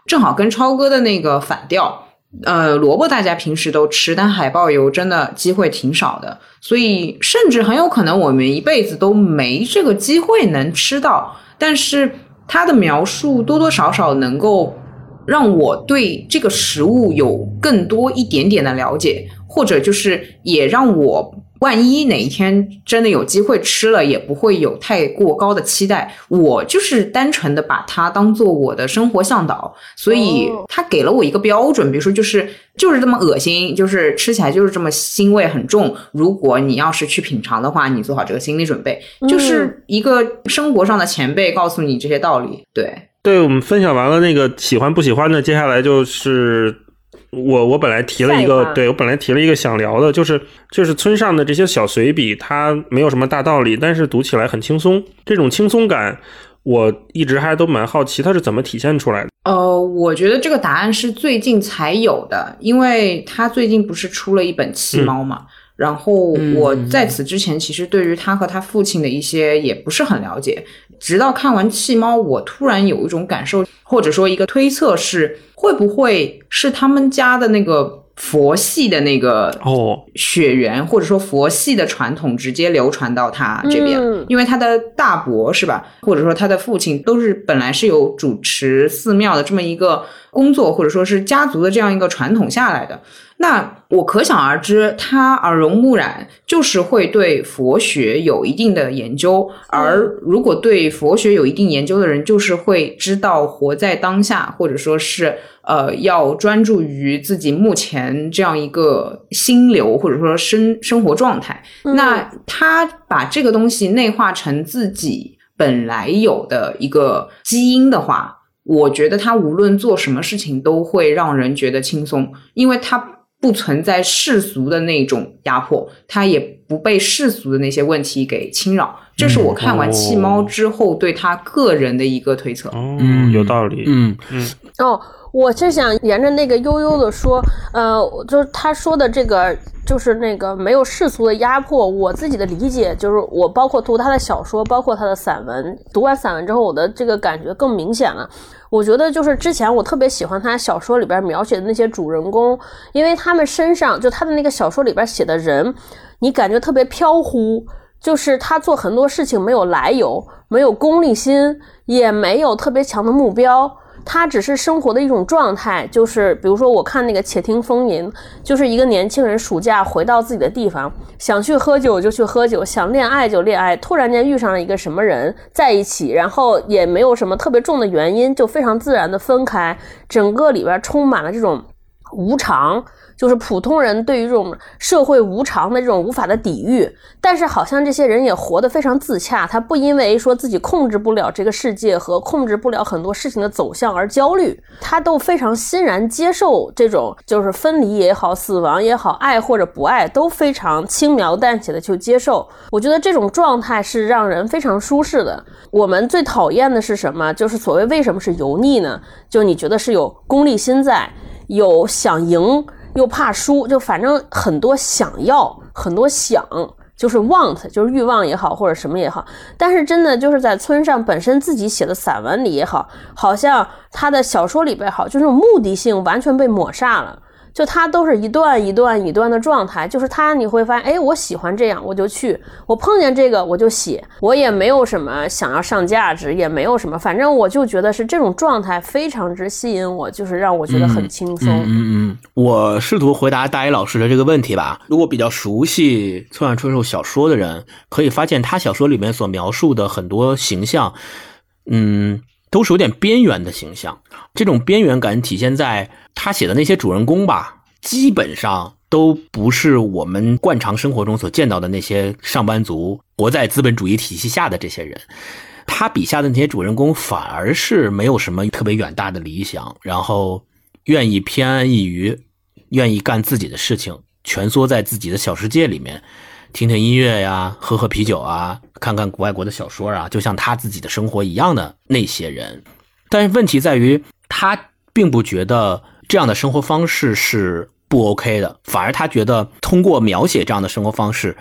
正好跟超哥的那个反调。萝卜大家平时都吃，但海豹油真的机会挺少的，所以甚至很有可能我们一辈子都没这个机会能吃到。但是它的描述多多少少能够让我对这个食物有更多一点点的了解，或者就是也让我万一哪一天真的有机会吃了，也不会有太过高的期待。我就是单纯的把它当做我的生活向导，所以它给了我一个标准，比如说就是这么恶心，就是吃起来就是这么腥味很重。如果你要是去品尝的话，你做好这个心理准备，就是一个生活上的前辈告诉你这些道理。对， 我们分享完了那个喜欢不喜欢的，接下来就是我本来提了一个，对，我本来提了一个想聊的，就是村上的这些小随笔，它没有什么大道理，但是读起来很轻松。这种轻松感，我一直还都蛮好奇，它是怎么体现出来的？ 我觉得这个答案是最近才有的，因为他最近不是出了一本《弃猫》嘛。然后我在此之前其实对于他和他父亲的一些也不是很了解，直到看完《弃猫》，我突然有一种感受，或者说一个推测是，会不会是他们家的那个佛系的那个血缘，或者说佛系的传统直接流传到他这边，因为他的大伯是吧，或者说他的父亲都是本来是有主持寺庙的这么一个工作，或者说是家族的这样一个传统下来的。那我可想而知，他耳濡目染，就是会对佛学有一定的研究，而如果对佛学有一定研究的人，就是会知道活在当下，或者说是要专注于自己目前这样一个心流，或者说生活状态。那他把这个东西内化成自己本来有的一个基因的话，我觉得他无论做什么事情都会让人觉得轻松，因为他不存在世俗的那种压迫，他也不被世俗的那些问题给侵扰。这是我看完《弃猫》之后对他个人的一个推测。 有道理。 我是想沿着那个悠悠的说，就是他说的这个，就是那个没有世俗的压迫。我自己的理解就是，我包括读他的小说，包括他的散文，读完散文之后，我的这个感觉更明显了。我觉得就是之前我特别喜欢他小说里边描写的那些主人公，因为他们身上就他的那个小说里边写的人，你感觉特别飘忽，就是他做很多事情没有来由，没有功利心，也没有特别强的目标。他只是生活的一种状态，就是比如说我看那个且听风吟，就是一个年轻人暑假回到自己的地方，想去喝酒就去喝酒，想恋爱就恋爱，突然间遇上了一个什么人在一起，然后也没有什么特别重的原因，就非常自然的分开，整个里边充满了这种无常，就是普通人对于这种社会无常的这种无法的抵御，但是好像这些人也活得非常自洽，他不因为说自己控制不了这个世界和控制不了很多事情的走向而焦虑，他都非常欣然接受这种就是分离也好，死亡也好，爱或者不爱都非常轻描淡写的去接受。我觉得这种状态是让人非常舒适的。我们最讨厌的是什么？就是所谓为什么是油腻呢？就你觉得是有功利心在，有想赢又怕输，就反正很多想要，很多想，就是 want， 就是欲望也好或者什么也好。但是真的就是在村上本身自己写的散文里也好，好像他的小说里边好，就这种目的性完全被抹煞了，就他都是一段一段一段的状态，就是他你会发现，我喜欢这样我就去，我碰见这个我就写，我也没有什么想要上价值，也没有什么，反正我就觉得是这种状态非常之吸引我，就是让我觉得很轻松。 我试图回答大一老师的这个问题吧。如果比较熟悉村上春树小说的人，可以发现他小说里面所描述的很多形象，都是有点边缘的形象。这种边缘感体现在他写的那些主人公吧，基本上都不是我们惯常生活中所见到的那些上班族，活在资本主义体系下的这些人。他笔下的那些主人公反而是没有什么特别远大的理想，然后愿意偏安一隅，愿意干自己的事情，蜷缩在自己的小世界里面，听听音乐呀，喝喝啤酒啊，看看外国的小说啊，就像他自己的生活一样的那些人。但是问题在于，他并不觉得这样的生活方式是不 OK 的，反而他觉得通过描写这样的生活方式，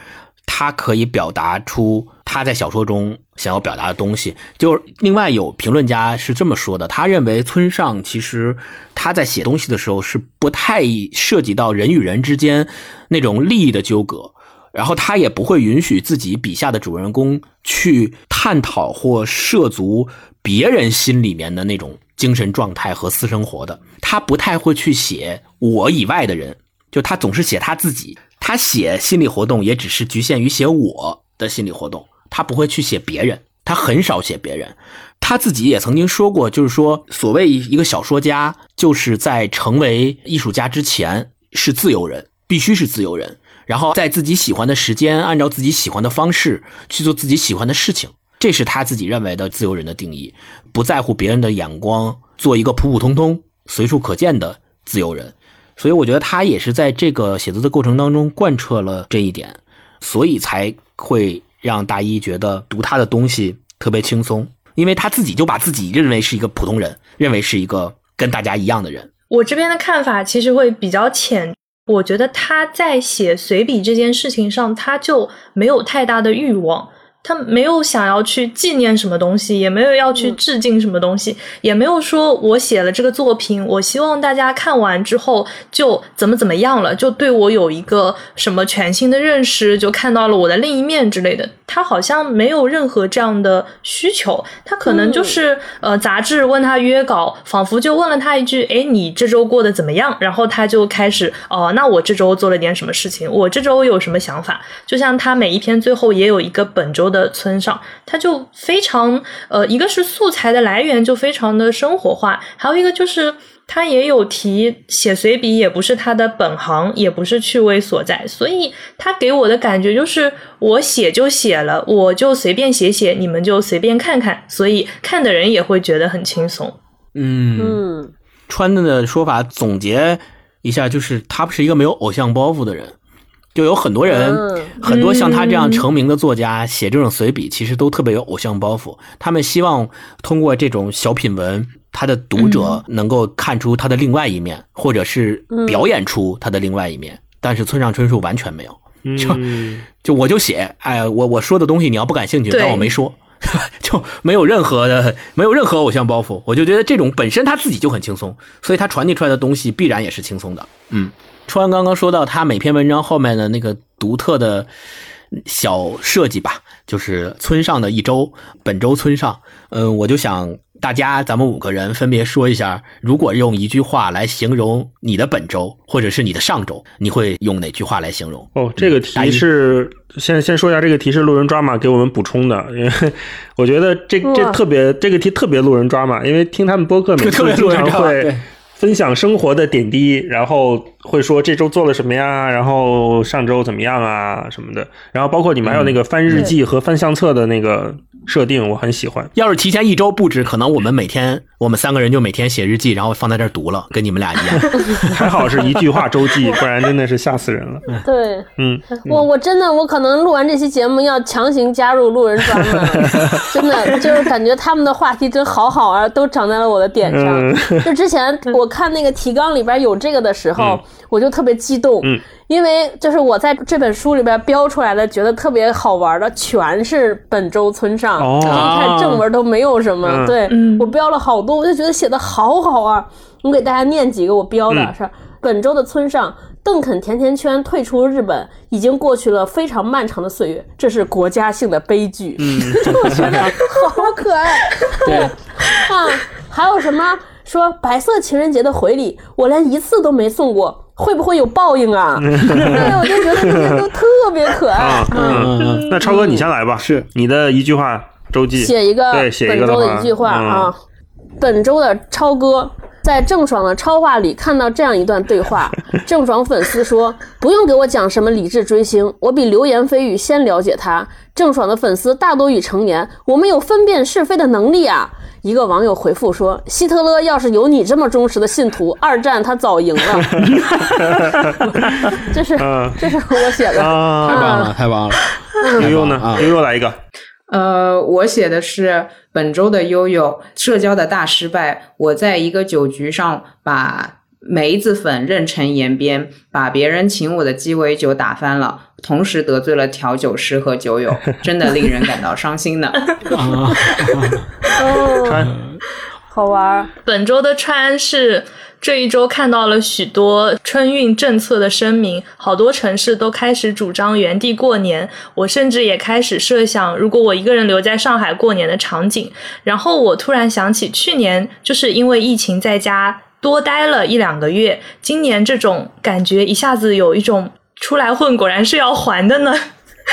他可以表达出他在小说中想要表达的东西。就另外有评论家是这么说的，他认为村上其实他在写东西的时候是不太涉及到人与人之间那种利益的纠葛，然后他也不会允许自己笔下的主人公去探讨或涉足别人心里面的那种精神状态和私生活的。他不太会去写我以外的人，就他总是写他自己，他写心理活动也只是局限于写我的心理活动，他不会去写别人，他很少写别人。他自己也曾经说过，就是说所谓一个小说家，就是在成为艺术家之前是自由人，必须是自由人，然后在自己喜欢的时间，按照自己喜欢的方式去做自己喜欢的事情，这是他自己认为的自由人的定义，不在乎别人的眼光，做一个普普通通随处可见的自由人。所以我觉得他也是在这个写作的过程当中贯彻了这一点，所以才会让大一觉得读他的东西特别轻松，因为他自己就把自己认为是一个普通人，认为是一个跟大家一样的人。 我这边的看法其实会比较浅，我觉得他在写随笔这件事情上，他就没有太大的欲望，他没有想要去纪念什么东西，也没有要去致敬什么东西，也没有说我写了这个作品，我希望大家看完之后就怎么样了，就对我有一个什么全新的认识，就看到了我的另一面之类的。他好像没有任何这样的需求，他可能就是杂志问他约稿，仿佛就问了他一句，诶，你这周过得怎么样？然后他就开始那我这周做了点什么事情，我这周有什么想法。就像他每一篇最后也有一个本周的村上，他就非常一个是素材的来源就非常的生活化，还有一个就是他也有提写随笔也不是他的本行，也不是趣味所在，所以他给我的感觉就是我写就写了，我就随便写写，你们就随便看看，所以看的人也会觉得很轻松。 川的说法总结一下，就是他是一个没有偶像包袱的人。就有很多人很多像他这样成名的作家写这种随笔其实都特别有偶像包袱，他们希望通过这种小品文他的读者能够看出他的另外一面，或者是表演出他的另外一面，但是村上春树完全没有，就我就写，哎，我说的东西你要不感兴趣当我没说，就没有任何偶像包袱。我就觉得这种本身他自己就很轻松，所以他传递出来的东西必然也是轻松的。川刚刚说到他每篇文章后面的那个独特的小设计吧，就是村上的一周，本周村上。我就想咱们5个人分别说一下，如果用一句话来形容你的本周或者是你的上周，你会用哪句话来形容？ 这个题是先说一下，这个题是路人抓马给我们补充的，因为我觉得这个题特别路人抓马，因为听他们播客每次经常会分享生活的点滴，然后会说这周做了什么呀，然后上周怎么样啊什么的，然后包括你们还有那个翻日记和翻相册的那个设定，我很喜欢。 要是提前1周布置，可能我们3个人就每天写日记，然后放在这儿读了，跟你们俩一样。 还好是一句话周记，不然真的是吓死人了。 对，我真的我可能录完这期节目要强行加入路人抓马，真的就是感觉他们的话题真好啊，都长在了我的点上。就之前我看那个提纲里边有这个的时候，我就特别激动，因为就是我在这本书里边标出来的觉得特别好玩的全是本周村上，一看正文都没有什么，对，我标了好多，我就觉得写的好啊。我给大家念几个我标的，是本周的村上，邓肯甜甜圈退出日本已经过去了非常漫长的岁月，这是国家性的悲剧。我觉得好可爱。对还有什么说白色情人节的回礼我连1次都没送过，会不会有报应啊？对，我就觉得这些都特别可爱。 那超哥你先来吧，是你的一句话周记， 写一个本周的一句话本周的超哥在郑爽的超话里看到这样一段对话，郑爽粉丝说不用给我讲什么理智追星，我比流言蜚语先了解他。郑爽的粉丝大多已成年，我们有分辨是非的能力啊。一个网友回复说，希特勒要是有你这么忠实的信徒，2战他早赢了。这是我写的。 太棒了。 悠悠呢？悠悠来一个。 我写的是本周的悠悠社交的大失败。我在一个酒局上把梅子粉任成盐边，把别人请我的鸡尾酒打翻了，同时得罪了调酒师和酒友，真的令人感到伤心呢。 川好玩。 本周的川是这一周看到了许多春运政策的声明，好多城市都开始主张原地过年，我甚至也开始设想如果我一个人留在上海过年的场景。然后我突然想起去年就是因为疫情在家多待了1-2个月，今年这种感觉一下子有一种出来混果然是要还的呢。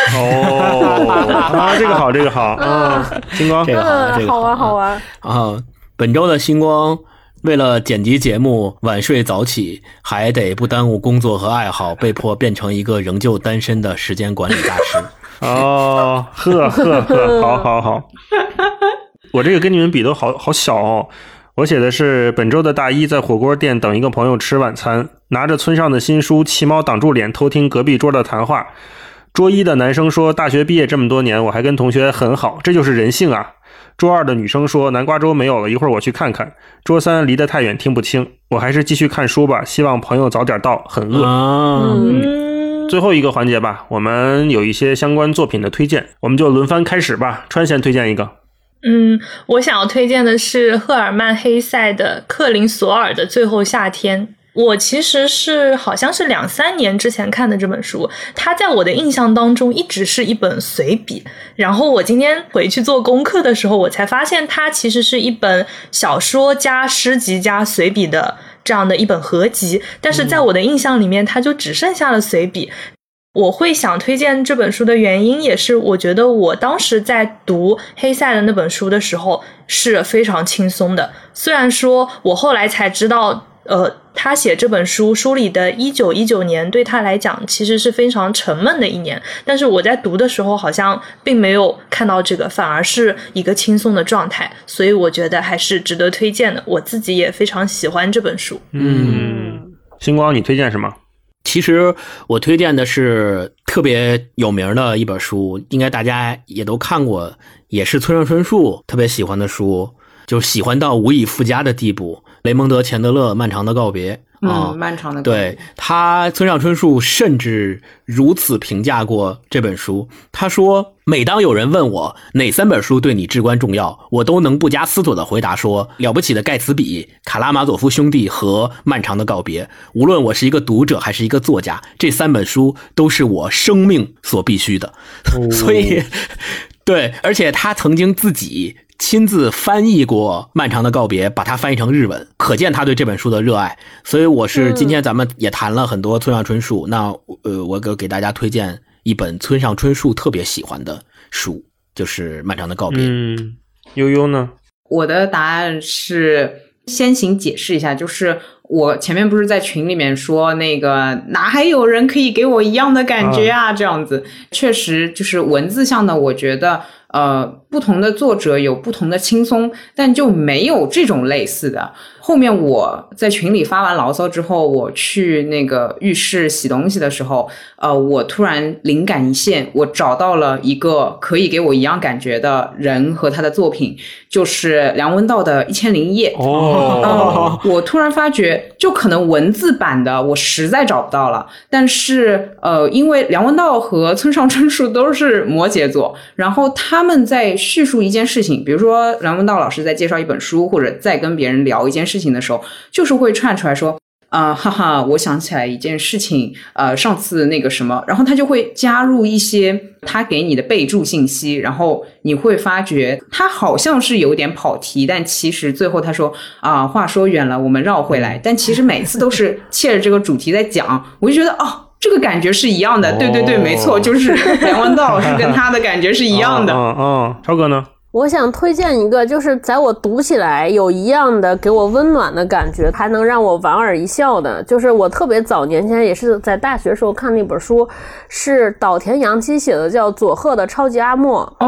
这个好，这个好啊，星光， 这个好，这个好玩好玩啊！本周的星光为了剪辑节目晚睡早起，还得不耽误工作和爱好，被迫变成一个仍旧单身的时间管理大师。 哦，好，我这个跟你们比都好小哦。我写的是本周的大一在火锅店等一个朋友吃晚餐，拿着村上的新书《骑猫挡住脸》偷听隔壁桌的谈话。桌一的男生说，大学毕业这么多年我还跟同学很好，这就是人性啊。桌二的女生说，南瓜粥没有了，一会儿我去看看。桌三离得太远听不清，我还是继续看书吧，希望朋友早点到，很饿。最后一个环节吧，我们有一些相关作品的推荐，我们就轮番开始吧。川先推荐一个。 我想要推荐的是赫尔曼黑塞的克林索尔的最后夏天。我其实是好像是2-3年之前看的这本书，它在我的印象当中一直是一本随笔，然后我今天回去做功课的时候，我才发现它其实是一本小说加诗集加随笔的这样的一本合集，但是在我的印象里面它就只剩下了随笔。我会想推荐这本书的原因也是我觉得我当时在读黑塞的那本书的时候是非常轻松的，虽然说我后来才知道他写这本书里的1919年对他来讲其实是非常沉闷的一年，但是我在读的时候好像并没有看到这个，反而是一个轻松的状态，所以我觉得还是值得推荐的，我自己也非常喜欢这本书。 星光你推荐什么？ 其实我推荐的是特别有名的一本书，应该大家也都看过，也是村上春树特别喜欢的书，就是喜欢到无以复加的地步，雷蒙德·钱德勒《漫长的告别》 漫长的告别。 对，村上春树甚至如此评价过这本书，他说，每当有人问我哪3本书对你至关重要，我都能不加思索地回答说，了不起的盖茨比、卡拉马佐夫兄弟和漫长的告别。无论我是一个读者还是一个作家，这3本书都是我生命所必须的。所以对，而且他曾经自己亲自翻译过《漫长的告别》，把它翻译成日文，可见他对这本书的热爱。所以我是今天咱们也谈了很多村上春树，那我给大家推荐一本村上春树特别喜欢的书，就是《漫长的告别》。 悠悠呢？ 我的答案是先行解释一下，就是我前面不是在群里面说那个哪还有人可以给我一样的感觉啊，这样子确实就是文字上的，我觉得不同的作者有不同的轻松，但就没有这种类似的。后面我在群里发完牢骚之后，我去那个浴室洗东西的时候，我突然灵感一现，我找到了一个可以给我一样感觉的人和他的作品，就是梁文道的《1001夜》。我突然发觉，就可能文字版的我实在找不到了，但是因为梁文道和村上春树都是摩羯座，然后他们在叙述一件事情，比如说梁文道老师在介绍一本书，或者在跟别人聊一件事情的时候，就是会串出来说哈哈，我想起来一件事情，上次那个什么，然后他就会加入一些他给你的备注信息，然后你会发觉他好像是有点跑题，但其实最后他说话说远了，我们绕回来，但其实每次都是切着这个主题在讲，我就觉得这个感觉是一样的，对对对，没错，就是梁文道是跟他的感觉是一样的。 超哥呢？ 我想推荐一个，就是在我读起来有一样的给我温暖的感觉，还能让我莞尔一笑的，就是我特别早年前也是在大学时候看那本书，是岛田洋七写的，叫佐贺的超级阿莫。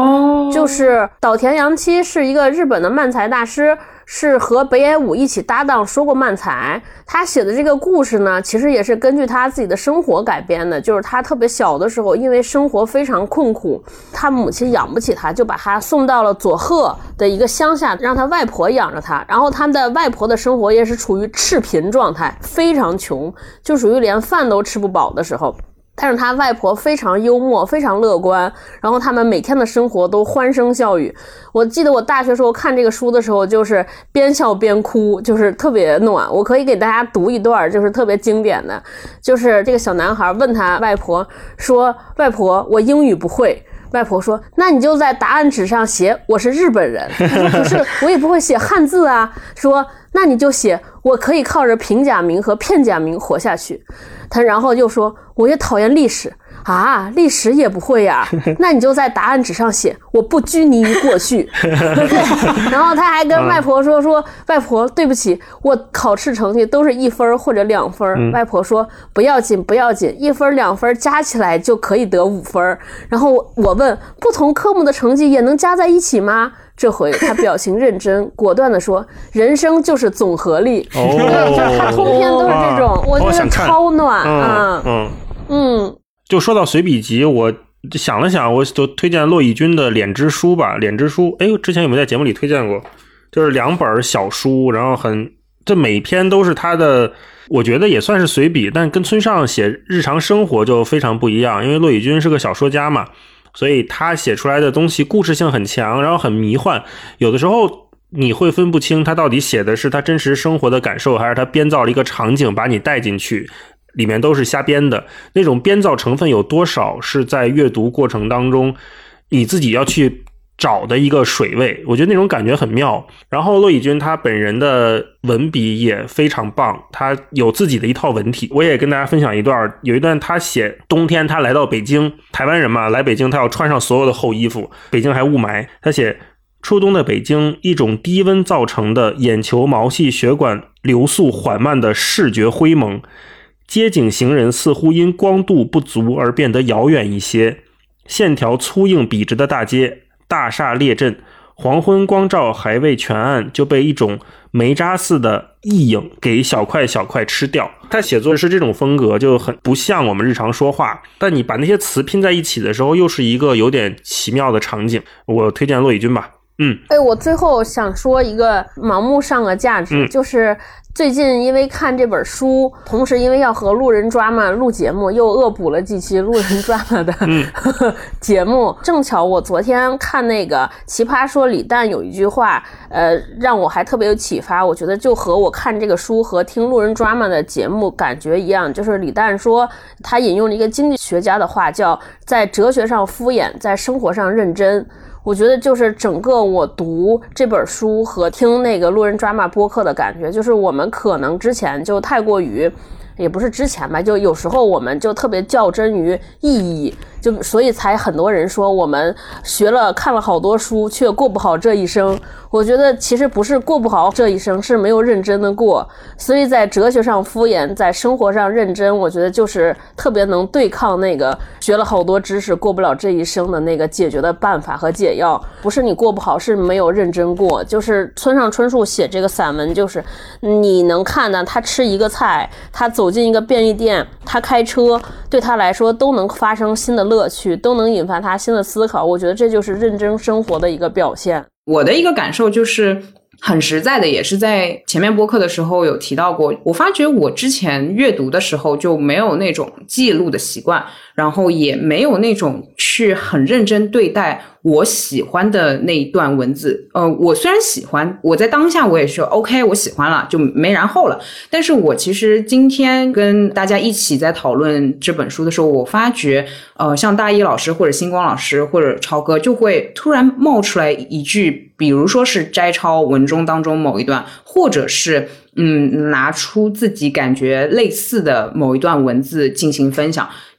就是岛田洋七是一个日本的漫才大师，是和北野武一起搭档说过漫才。他写的这个故事呢，其实也是根据他自己的生活改编的。就是他特别小的时候，因为生活非常困苦，他母亲养不起他，就把他送到了佐贺的一个乡下，让他外婆养着他。然后他的外婆的生活也是处于赤贫状态，非常穷，就属于连饭都吃不饱的时候。但是他外婆非常幽默，非常乐观，然后他们每天的生活都欢声笑语。我记得我大学时候看这个书的时候，就是边笑边哭，就是特别暖。我可以给大家读一段，就是特别经典的，就是这个小男孩问他外婆说：“外婆，我英语不会。”外婆说：“那你就在答案纸上写我是日本人。”他说：“可是我也不会写汉字啊。”说：“那你就写我可以靠着平假名和片假名活下去。”他然后又说：“我也讨厌历史啊，历史也不会呀。”那你就在答案纸上写我不拘泥于过去。然后他还跟外婆说：“外婆，对不起，我考试成绩都是1分或者2分。”外婆说：“不要紧，不要紧，1分2分加起来就可以得5分。”然后我问：“不同科目的成绩也能加在一起吗？”这回他表情认真，果断地说：“人生就是总和力。”对，就是他通篇都是这种，我觉得超暖啊。 就说到随笔集，我想了想，我就推荐骆以军的《脸之书》吧。《脸之书》，之前有没有在节目里推荐过？就是2本小书，然后这每篇都是他的，我觉得也算是随笔，但跟村上写日常生活就非常不一样。因为骆以军是个小说家嘛，所以他写出来的东西故事性很强，然后很迷幻，有的时候你会分不清他到底写的是他真实生活的感受，还是他编造了一个场景把你带进去，里面都是瞎编的。那种编造成分有多少是在阅读过程当中你自己要去找的一个水位，我觉得那种感觉很妙。然后骆以军他本人的文笔也非常棒，他有自己的一套文体。我也跟大家分享一段，有一段他写冬天他来到北京，台湾人嘛，来北京他要穿上所有的厚衣服，北京还雾霾，他写初冬的北京，一种低温造成的眼球毛细血管流速缓慢的视觉灰蒙，街景行人似乎因光度不足而变得遥远一些，线条粗硬笔直的大街，大厦列阵，黄昏光照还未全暗，就被一种煤渣似的意影给小块小块吃掉。他写作是这种风格，就很不像我们日常说话，但你把那些词拼在一起的时候，又是一个有点奇妙的场景。我推荐骆以军吧。 我最后想说一个盲目上个价值，就是最近因为看这本书，同时因为要和路人抓马录节目，又恶补了几期路人抓马的节目。正巧我昨天看那个奇葩说李诞有一句话，让我还特别有启发。我觉得就和我看这个书和听路人抓马的节目感觉一样，就是李诞说他引用了一个经济学家的话，叫在哲学上敷衍，在生活上认真。我觉得就是整个我读这本书和听那个路人抓马播客的感觉，就是我们可能之前就太过于，也不是之前吧，就有时候我们就特别较真于意义，就所以才很多人说我们看了好多书却过不好这一生。我觉得其实不是过不好这一生，是没有认真的过。所以在哲学上敷衍，在生活上认真，我觉得就是特别能对抗那个学了好多知识过不了这一生的那个解决的办法和解药。不是你过不好，是没有认真过。就是村上春树写这个散文，就是你能看到他吃一个菜，他走进一个便利店，他开车，对他来说都能发生新的乐趣，都能引发他新的思考。我觉得这就是认真生活的一个表现。 我的一个感受就是很实在的，也是在前面播客的时候有提到过，我发觉我之前阅读的时候就没有那种记录的习惯，然后也没有那种去很认真对待我喜欢的那一段文字。我虽然喜欢，我在当下我也说 OK 我喜欢了，就没然后了。但是我其实今天跟大家一起在讨论这本书的时候，我发觉像大一老师或者星光老师或者超哥就会突然冒出来一句，比如说是摘抄文中当中某一段，或者是拿出自己感觉类似的某一段文字进行分享。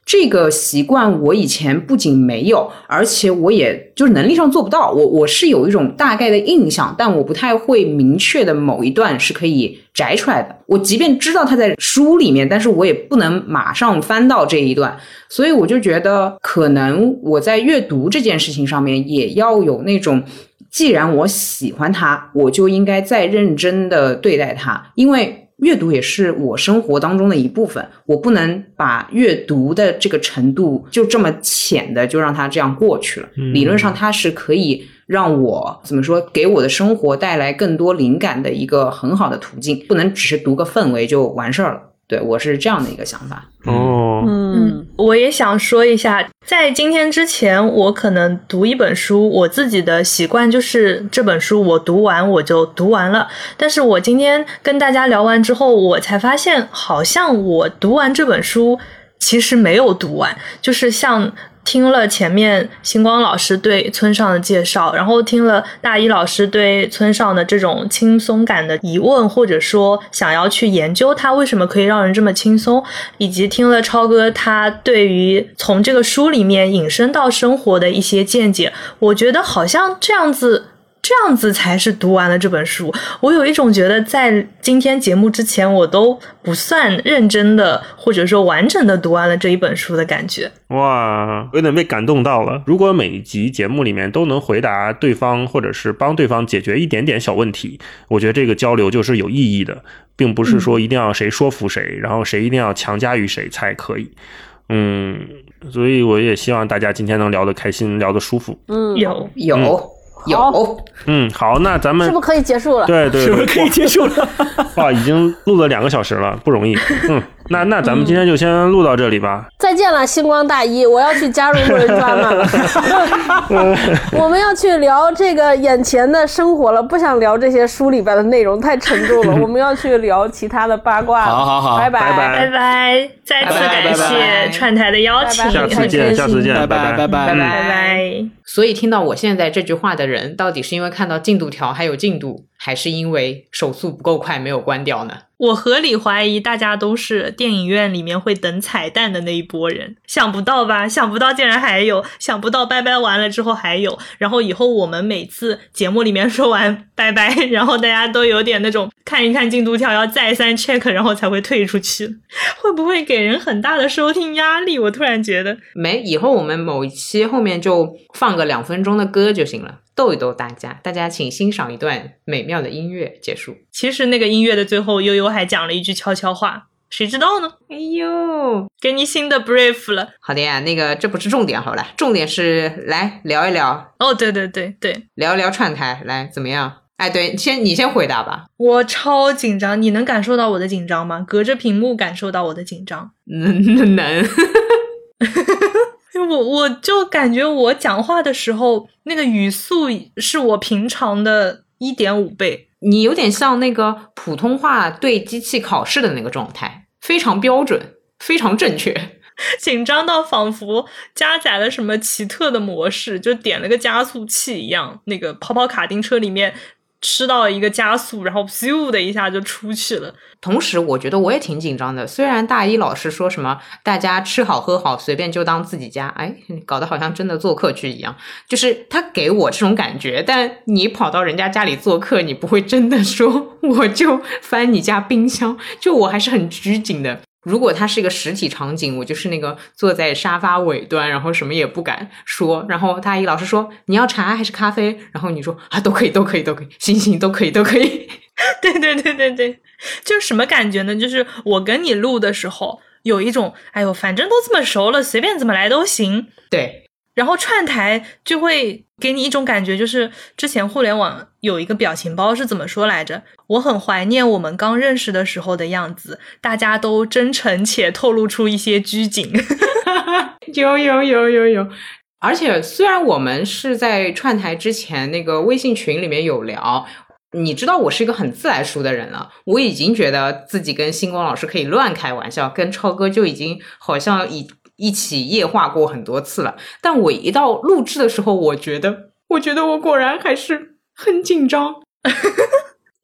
这个习惯我以前不仅没有，而且我也就是能力上做不到。我是有一种大概的印象，但我不太会明确的某一段是可以摘出来的。我即便知道它在书里面，但是我也不能马上翻到这一段。所以我就觉得可能我在阅读这件事情上面也要有那种，既然我喜欢它，我就应该再认真的对待它，因为阅读也是我生活当中的一部分，我不能把阅读的这个程度就这么浅的就让它这样过去了。理论上它是可以让我怎么说，给我的生活带来更多灵感的一个很好的途径，不能只是读个氛围就完事儿了。对，我是这样的一个想法。 我也想说一下，在今天之前我可能读一本书，我自己的习惯就是这本书我读完我就读完了，但是我今天跟大家聊完之后，我才发现好像我读完这本书其实没有读完，就是像听了前面星光老师对村上的介绍，然后听了大一老师对村上的这种轻松感的疑问，或者说想要去研究他为什么可以让人这么轻松，以及听了超哥他对于从这个书里面引申到生活的一些见解，我觉得好像这样子才是读完了这本书。我有一种觉得在今天节目之前我都不算认真的或者说完整的读完了这一本书的感觉。 哇，有点被感动到了。如果每一集节目里面都能回答对方或者是帮对方解决一点点小问题，我觉得这个交流就是有意义的，并不是说一定要谁说服谁，然后谁一定要强加于谁才可以。所以我也希望大家今天能聊得开心，聊得舒服。好，那咱们是不是可以结束了？ 对， 是不是可以结束了？ 哇，已经录了2个小时了，不容易。那咱们今天就先录到这里吧。 再见了，星光大一，我要去加入路人抓马了。我们要去聊这个眼前的生活了，不想聊这些书里边的内容，太沉重了。我们要去聊其他的八卦了。 好， 拜拜，再次感谢串台的邀请， 下次见，拜拜。 所以听到我现在这句话的人，到底是因为看到进度条还有进度，还是因为手速不够快没有关掉呢？ 我合理怀疑大家都是电影院里面会等彩蛋的那一波人，想不到吧？想不到竟然还有，想不到拜拜完了之后还有，然后以后我们每次节目里面说完拜拜，然后大家都有点那种看一看进度条要再三 check 然后才会退出去，会不会给人很大的收听压力？我突然觉得没，以后我们某一期后面就放个2分钟的歌就行了，逗一逗大家，大家请欣赏一段美妙的音乐结束。 其实那个音乐的最后悠悠还讲了一句悄悄话，谁知道呢？ 哎呦， 给你新的 brief 了。 好的呀，这不是重点好了，重点是来聊一聊。 对， 聊一聊串台，来怎么样？哎，对，你先回答吧。 我超紧张，你能感受到我的紧张吗？隔着屏幕感受到我的紧张？ 能。 我就感觉我讲话的时候那个语速是我平常的 1.5 倍。 你有点像那个普通话对机器考试的那个状态，非常标准，非常正确， 紧张到仿佛加载了什么奇特的模式，就点了个加速器一样，那个跑跑卡丁车里面吃到一个加速，然后咻的一下就出去了。 同时我觉得我也挺紧张的，虽然大一老师说什么大家吃好喝好随便就当自己家，哎，搞得好像真的做客去一样，就是他给我这种感觉，但你跑到人家家里做客，你不会真的说我就翻你家冰箱，就我还是很拘谨的。如果它是一个实体场景，我就是那个坐在沙发尾端，然后什么也不敢说，然后大一老师说你要茶还是咖啡，然后你说都可以，行，都可以。对，就什么感觉呢？就是我跟你录的时候有一种哎呦反正都这么熟了，随便怎么来都行。对， 然后串台就会给你一种感觉，就是之前互联网有一个表情包是怎么说来着？我很怀念我们刚认识的时候的样子，大家都真诚且透露出一些拘谨。 有。而且虽然我们是在串台之前那个微信群里面有聊，你知道我是一个很自来熟的人了，我已经觉得自己跟星光老师可以乱开玩笑，跟超哥就已经好像一起夜话过很多次了，但我一到录制的时候，我觉得我果然还是很紧张。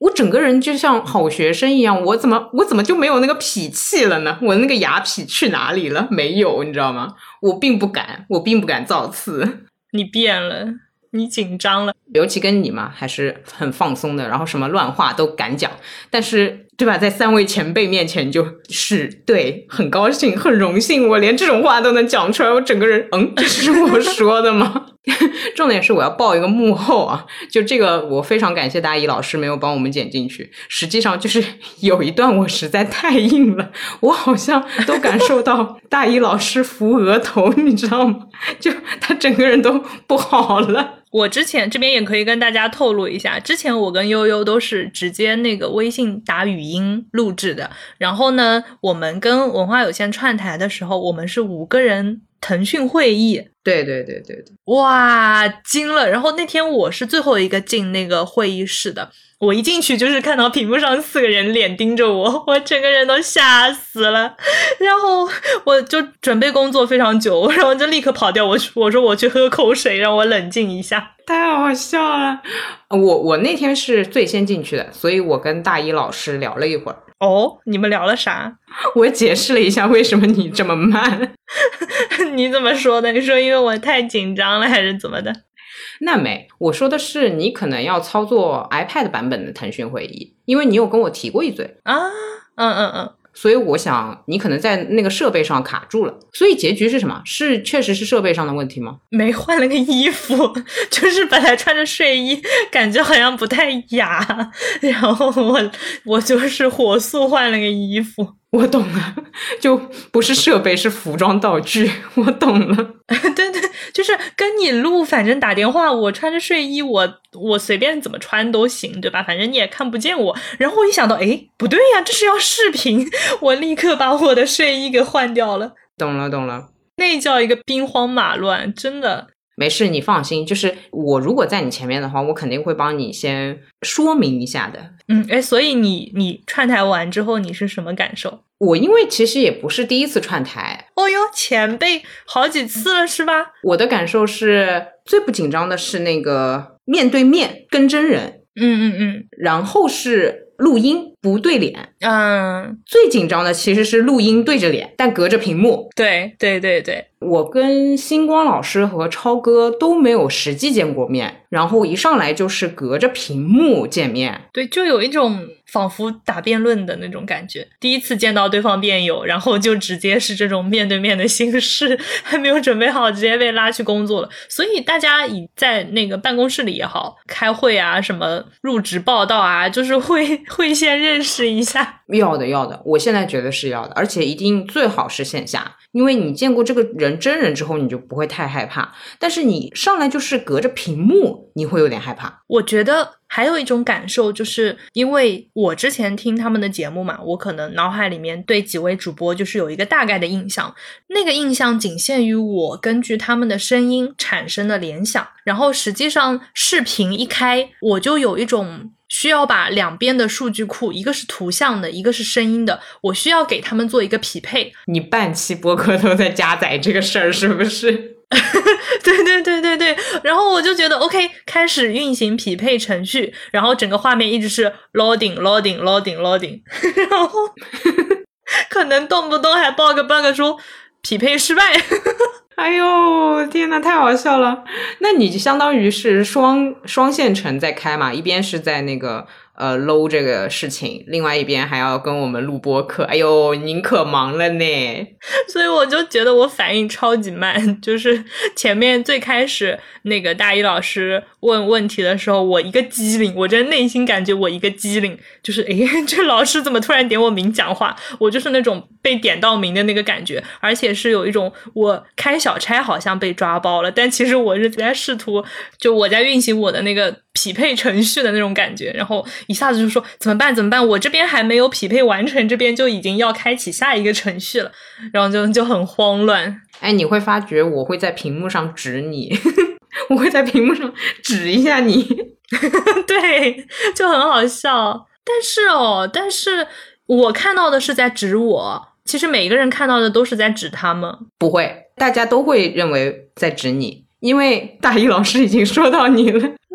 我整个人就像好学生一样，我怎么就没有那个痞气了呢？我的那个雅痞去哪里了？没有，你知道吗？我并不敢造次。 你变了，你紧张了。 尤其跟你嘛，还是很放松的，然后什么乱话都敢讲，但是对吧，在3位前辈面前就是对，很高兴很荣幸，我连这种话都能讲出来，我整个人这是我说的吗？重点是我要报一个幕后啊，就这个我非常感谢大一老师没有帮我们剪进去，实际上就是有一段我实在太硬了，我好像都感受到大一老师扶额头，你知道吗？就他整个人都不好了。 我之前这边也可以跟大家透露一下，之前我跟悠悠都是直接那个微信打语音录制的，然后呢我们跟文化有限串台的时候，我们是5个人腾讯会议。 对， 哇，惊了。然后那天我是最后一个进那个会议室的，我一进去就是看到屏幕上4个人脸盯着我，我整个人都吓死了。然后我就准备工作非常久，然后就立刻跑掉，我说我去喝口水，让我冷静一下。 太好笑了。我那天是最先进去的，所以我跟大一老师聊了一会儿。 哦，你们聊了啥？ 我解释了一下为什么你这么慢。 你怎么说的？你说因为我太紧张了还是怎么的？ 那没，我说的是你可能要操作 iPad 版本的腾讯会议，因为你有跟我提过一嘴啊。 所以我想你可能在那个设备上卡住了。所以结局是什么？确实是设备上的问题吗？ 没换了个衣服，就是本来穿着睡衣感觉好像不太雅，然后我就是火速换了个衣服。 我懂了，就不是设备，是服装道具。我懂了。 对，就是跟你录，反正打电话我穿着睡衣，我随便怎么穿都行，对吧？反正你也看不见我。然后我一想到，不对呀，这是要视频，我立刻把我的睡衣给换掉了。懂了，那叫一个兵荒马乱，真的。 没事，你放心，就是我如果在你前面的话，我肯定会帮你先说明一下的。 所以你串台完之后你是什么感受？ 我因为其实也不是第一次串台。 哦哟，前辈好几次了是吧？ 我的感受是最不紧张的是那个面对面跟真人。然后是录音不对脸。最紧张的其实是录音对着脸，但隔着屏幕。 对， 我跟星光老师和超哥都没有实际见过面，然后一上来就是隔着屏幕见面。 对，就有一种仿佛打辩论的那种感觉，第一次见到对方辩友，然后就直接是这种面对面的形式，还没有准备好直接被拉去工作了。所以大家在那个办公室里也好，开会啊什么入职报道啊，就是会先认识一下。 要的，我现在觉得是要的，而且一定最好是线下，因为你见过这个人真人之后你就不会太害怕，但是你上来就是隔着屏幕你会有点害怕。 我觉得还有一种感受，就是因为我之前听他们的节目嘛，我可能脑海里面对几位主播就是有一个大概的印象，那个印象仅限于我根据他们的声音产生的联想，然后实际上视频一开，我就有一种需要把两边的数据库，一个是图像的，一个是声音的，我需要给他们做一个匹配。 你半期播客都在加载这个事儿是不是？ 对，然后我就觉得 OK， 开始运行匹配程序，然后整个画面一直是 loading， 然后可能动不动还报个 bug 说匹配失败。 哎呦天哪，太好笑了。那你相当于是双线程在开嘛，一边是在那个搂这个事情，另外一边还要跟我们录播客。哎呦，您可忙了呢。 所以我就觉得我反应超级慢，就是前面最开始那个大一老师问问题的时候，我一个机灵，我真的内心感觉我一个机灵，就是这老师怎么突然点我名讲话，我就是那种被点到名的那个感觉，而且是有一种我开小差好像被抓包了，但其实我是在试图，就我在运行我的那个匹配程序的那种感觉，然后一下子就说怎么办，我这边还没有匹配完成，这边就已经要开启下一个程序了，然后就很慌乱。 你会发觉我会在屏幕上指你我会在屏幕上指一下你对，就很好笑。但是我看到的是在指我，其实每一个人看到的都是在指他们。 不会，大家都会认为在指你，因为大一老师已经说到你了。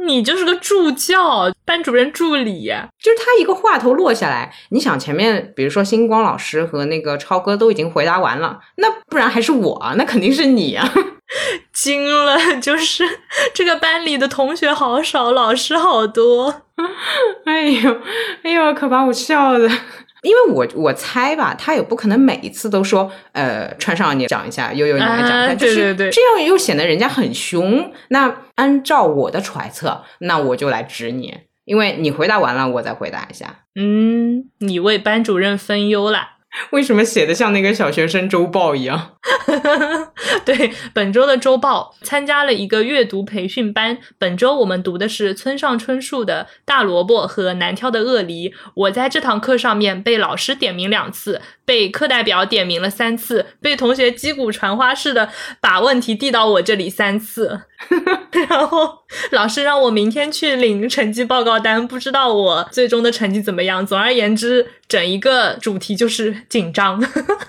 你就是个助教，班主任助理呀。 就是他一个话头落下来，你想前面比如说星光老师和那个超哥都已经回答完了，那不然还是我，那肯定是你啊。 惊了，就是这个班里的同学好少，老师好多。 哎呦，可把我笑的。因为我猜吧，他也不可能每一次都说川上你讲一下，悠悠你来讲一下， 对对对， 这样又显得人家很凶。那按照我的揣测，那我就来指你，因为你回答完了，我再回答一下。 你为班主任分忧啦。 为什么写的像那个小学生周报一样？ 对，本周的周报参加了一个阅读培训班，本周我们读的是村上春树的《大萝卜》和难挑的鳄梨。我在这堂课上面被老师点名2次，被课代表点名了3次，被同学击鼓传花似的把问题递到我这里3次。然后老师让我明天去领成绩报告单，不知道我最终的成绩怎么样。总而言之，整一个主题就是紧张。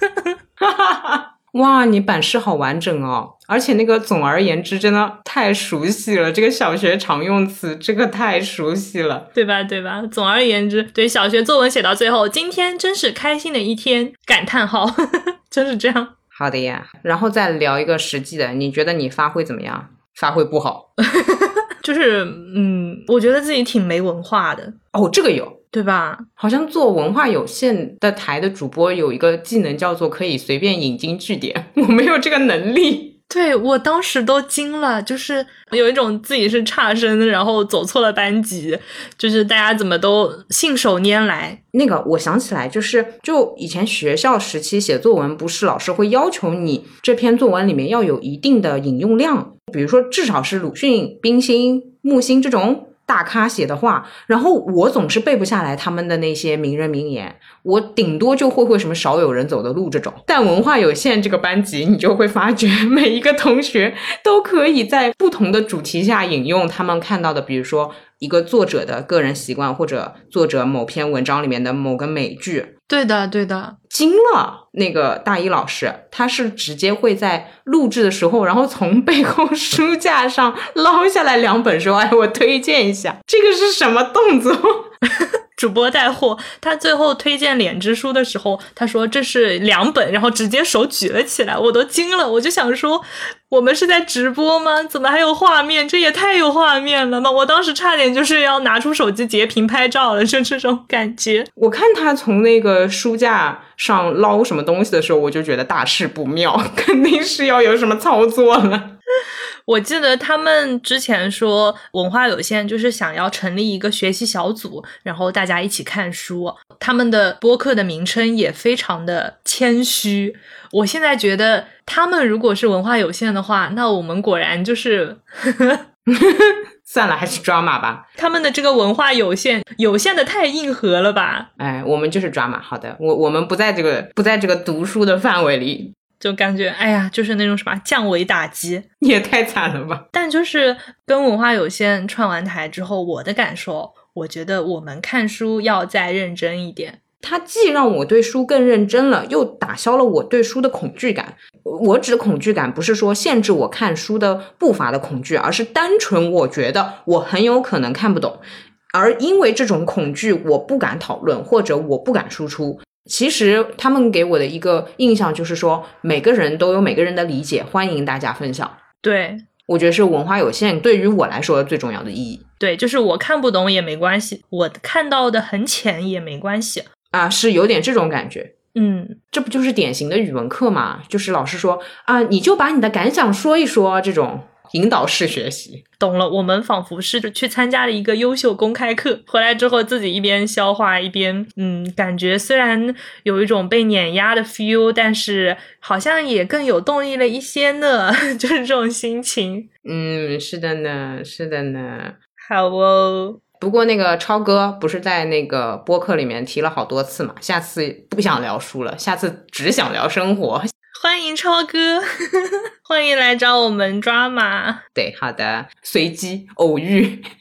哇，你版式好完整哦！而且那个总而言之真的太熟悉了，这个小学常用词这个太熟悉了， 对吧？总而言之，对，小学作文写到最后，今天真是开心的一天，感叹号。真是这样。 好的呀，然后再聊一个实际的，你觉得你发挥怎么样？发挥不好。 就是我觉得自己挺没文化的。 哦，这个有， 对吧？ 好像做文化有限的台的主播有一个技能叫做可以随便引经据典，我没有这个能力。 对，我当时都惊了，就是有一种自己是差生，然后走错了班级，就是大家怎么都信手拈来。 那个我想起来，就以前学校时期写作文，不是老师会要求你这篇作文里面要有一定的引用量，比如说至少是鲁迅、冰心、木心这种大咖写的话，然后我总是背不下来他们的那些名人名言，我顶多就会什么少有人走的路这种。但文化有限这个班级，你就会发觉每一个同学都可以在不同的主题下引用他们看到的，比如说一个作者的个人习惯，或者作者某篇文章里面的某个美句。 对的。 惊了，那个大一老师他是直接会在录制的时候，然后从背后书架上捞下来2本说，哎，我推荐一下，这个是什么动作？ 主播带货，他最后推荐脸之书的时候，他说这是2本，然后直接手举了起来，我都惊了，我就想说我们是在直播吗？怎么还有画面？这也太有画面了吗？我当时差点就是要拿出手机截屏拍照了，就这种感觉。 我看他从那个书架上捞什么东西的时候，我就觉得大事不妙，肯定是要有什么操作了。 我记得他们之前说文化有限就是想要成立一个学习小组，然后大家一起看书。他们的播客的名称也非常的谦虚。我现在觉得他们如果是文化有限的话，那我们果然就是算了，还是抓马吧。 他们的这个文化有限的太硬核了吧？ 哎，我们就是抓马。好的，我们不在这个读书的范围里。 就感觉哎呀，就是那种什么降维打击， 也太惨了吧。 但就是跟文化有限串完台之后，我的感受，我觉得我们看书要再认真一点。 它既让我对书更认真了，又打消了我对书的恐惧感。我指的恐惧感不是说限制我看书的步伐的恐惧，而是单纯我觉得我很有可能看不懂，而因为这种恐惧我不敢讨论，或者我不敢输出。其实他们给我的一个印象就是说，每个人都有每个人的理解，欢迎大家分享。 对， 我觉得是文化有限对于我来说最重要的意义。 对，就是我看不懂也没关系，我看到的很浅也没关系啊，是有点这种感觉。 这不就是典型的语文课嘛？就是老师说啊，你就把你的感想说一说，这种引导式学习。 懂了，我们仿佛是去参加了一个优秀公开课，回来之后自己一边消化一边感觉虽然有一种被碾压的 feel， 但是好像也更有动力了一些呢。就是这种心情。 是的呢。 好哦。 不过那个超哥不是在那个播客里面提了好多次嘛，下次不想聊书了，下次只想聊生活。 欢迎超哥。欢迎来找我们抓马。 对，好的，随机偶遇。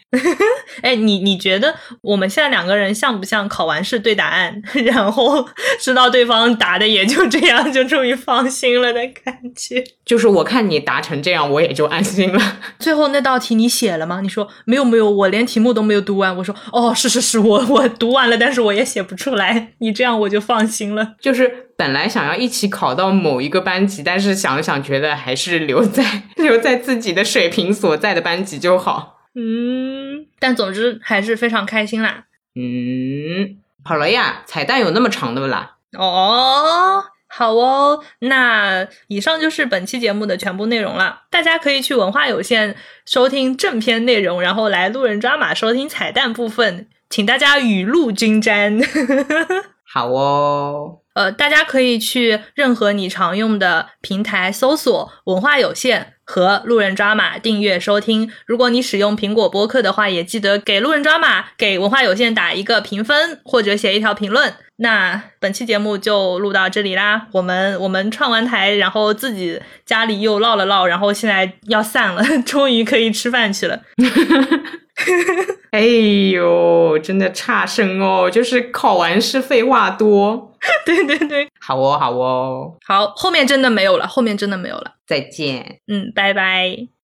哎，你觉得我们现在两个人像不像考完试对答案，然后知道对方答的也就这样，就终于放心了的感觉？ 就是我看你答成这样，我也就安心了。 最后那道题你写了吗？你说没有，我连题目都没有读完。我说哦，是，我读完了，但是我也写不出来。你这样我就放心了。 就是本来想要一起考到某一个班级，但是想了想，觉得还是留在自己的水平所在的班级就好。 但总之还是非常开心啦。 好了呀，彩蛋有那么长的不啦？ 哦，好哦，那以上就是本期节目的全部内容了。大家可以去文化有限收听正片内容，然后来路人抓马收听彩蛋部分，请大家雨露均沾。 好哦。 大家可以去任何你常用的平台搜索文化有限和路人抓马订阅收听。如果你使用苹果播客的话，也记得给路人抓马给文化有限打一个评分，或者写一条评论。那本期节目就录到这里啦，我们串完台，然后自己家里又唠了唠，然后现在要散了，终于可以吃饭去了。 哎呦，真的差生哦，就是考完试废话多。 对， 好哦， 好，后面真的没有了， 再见。 拜拜。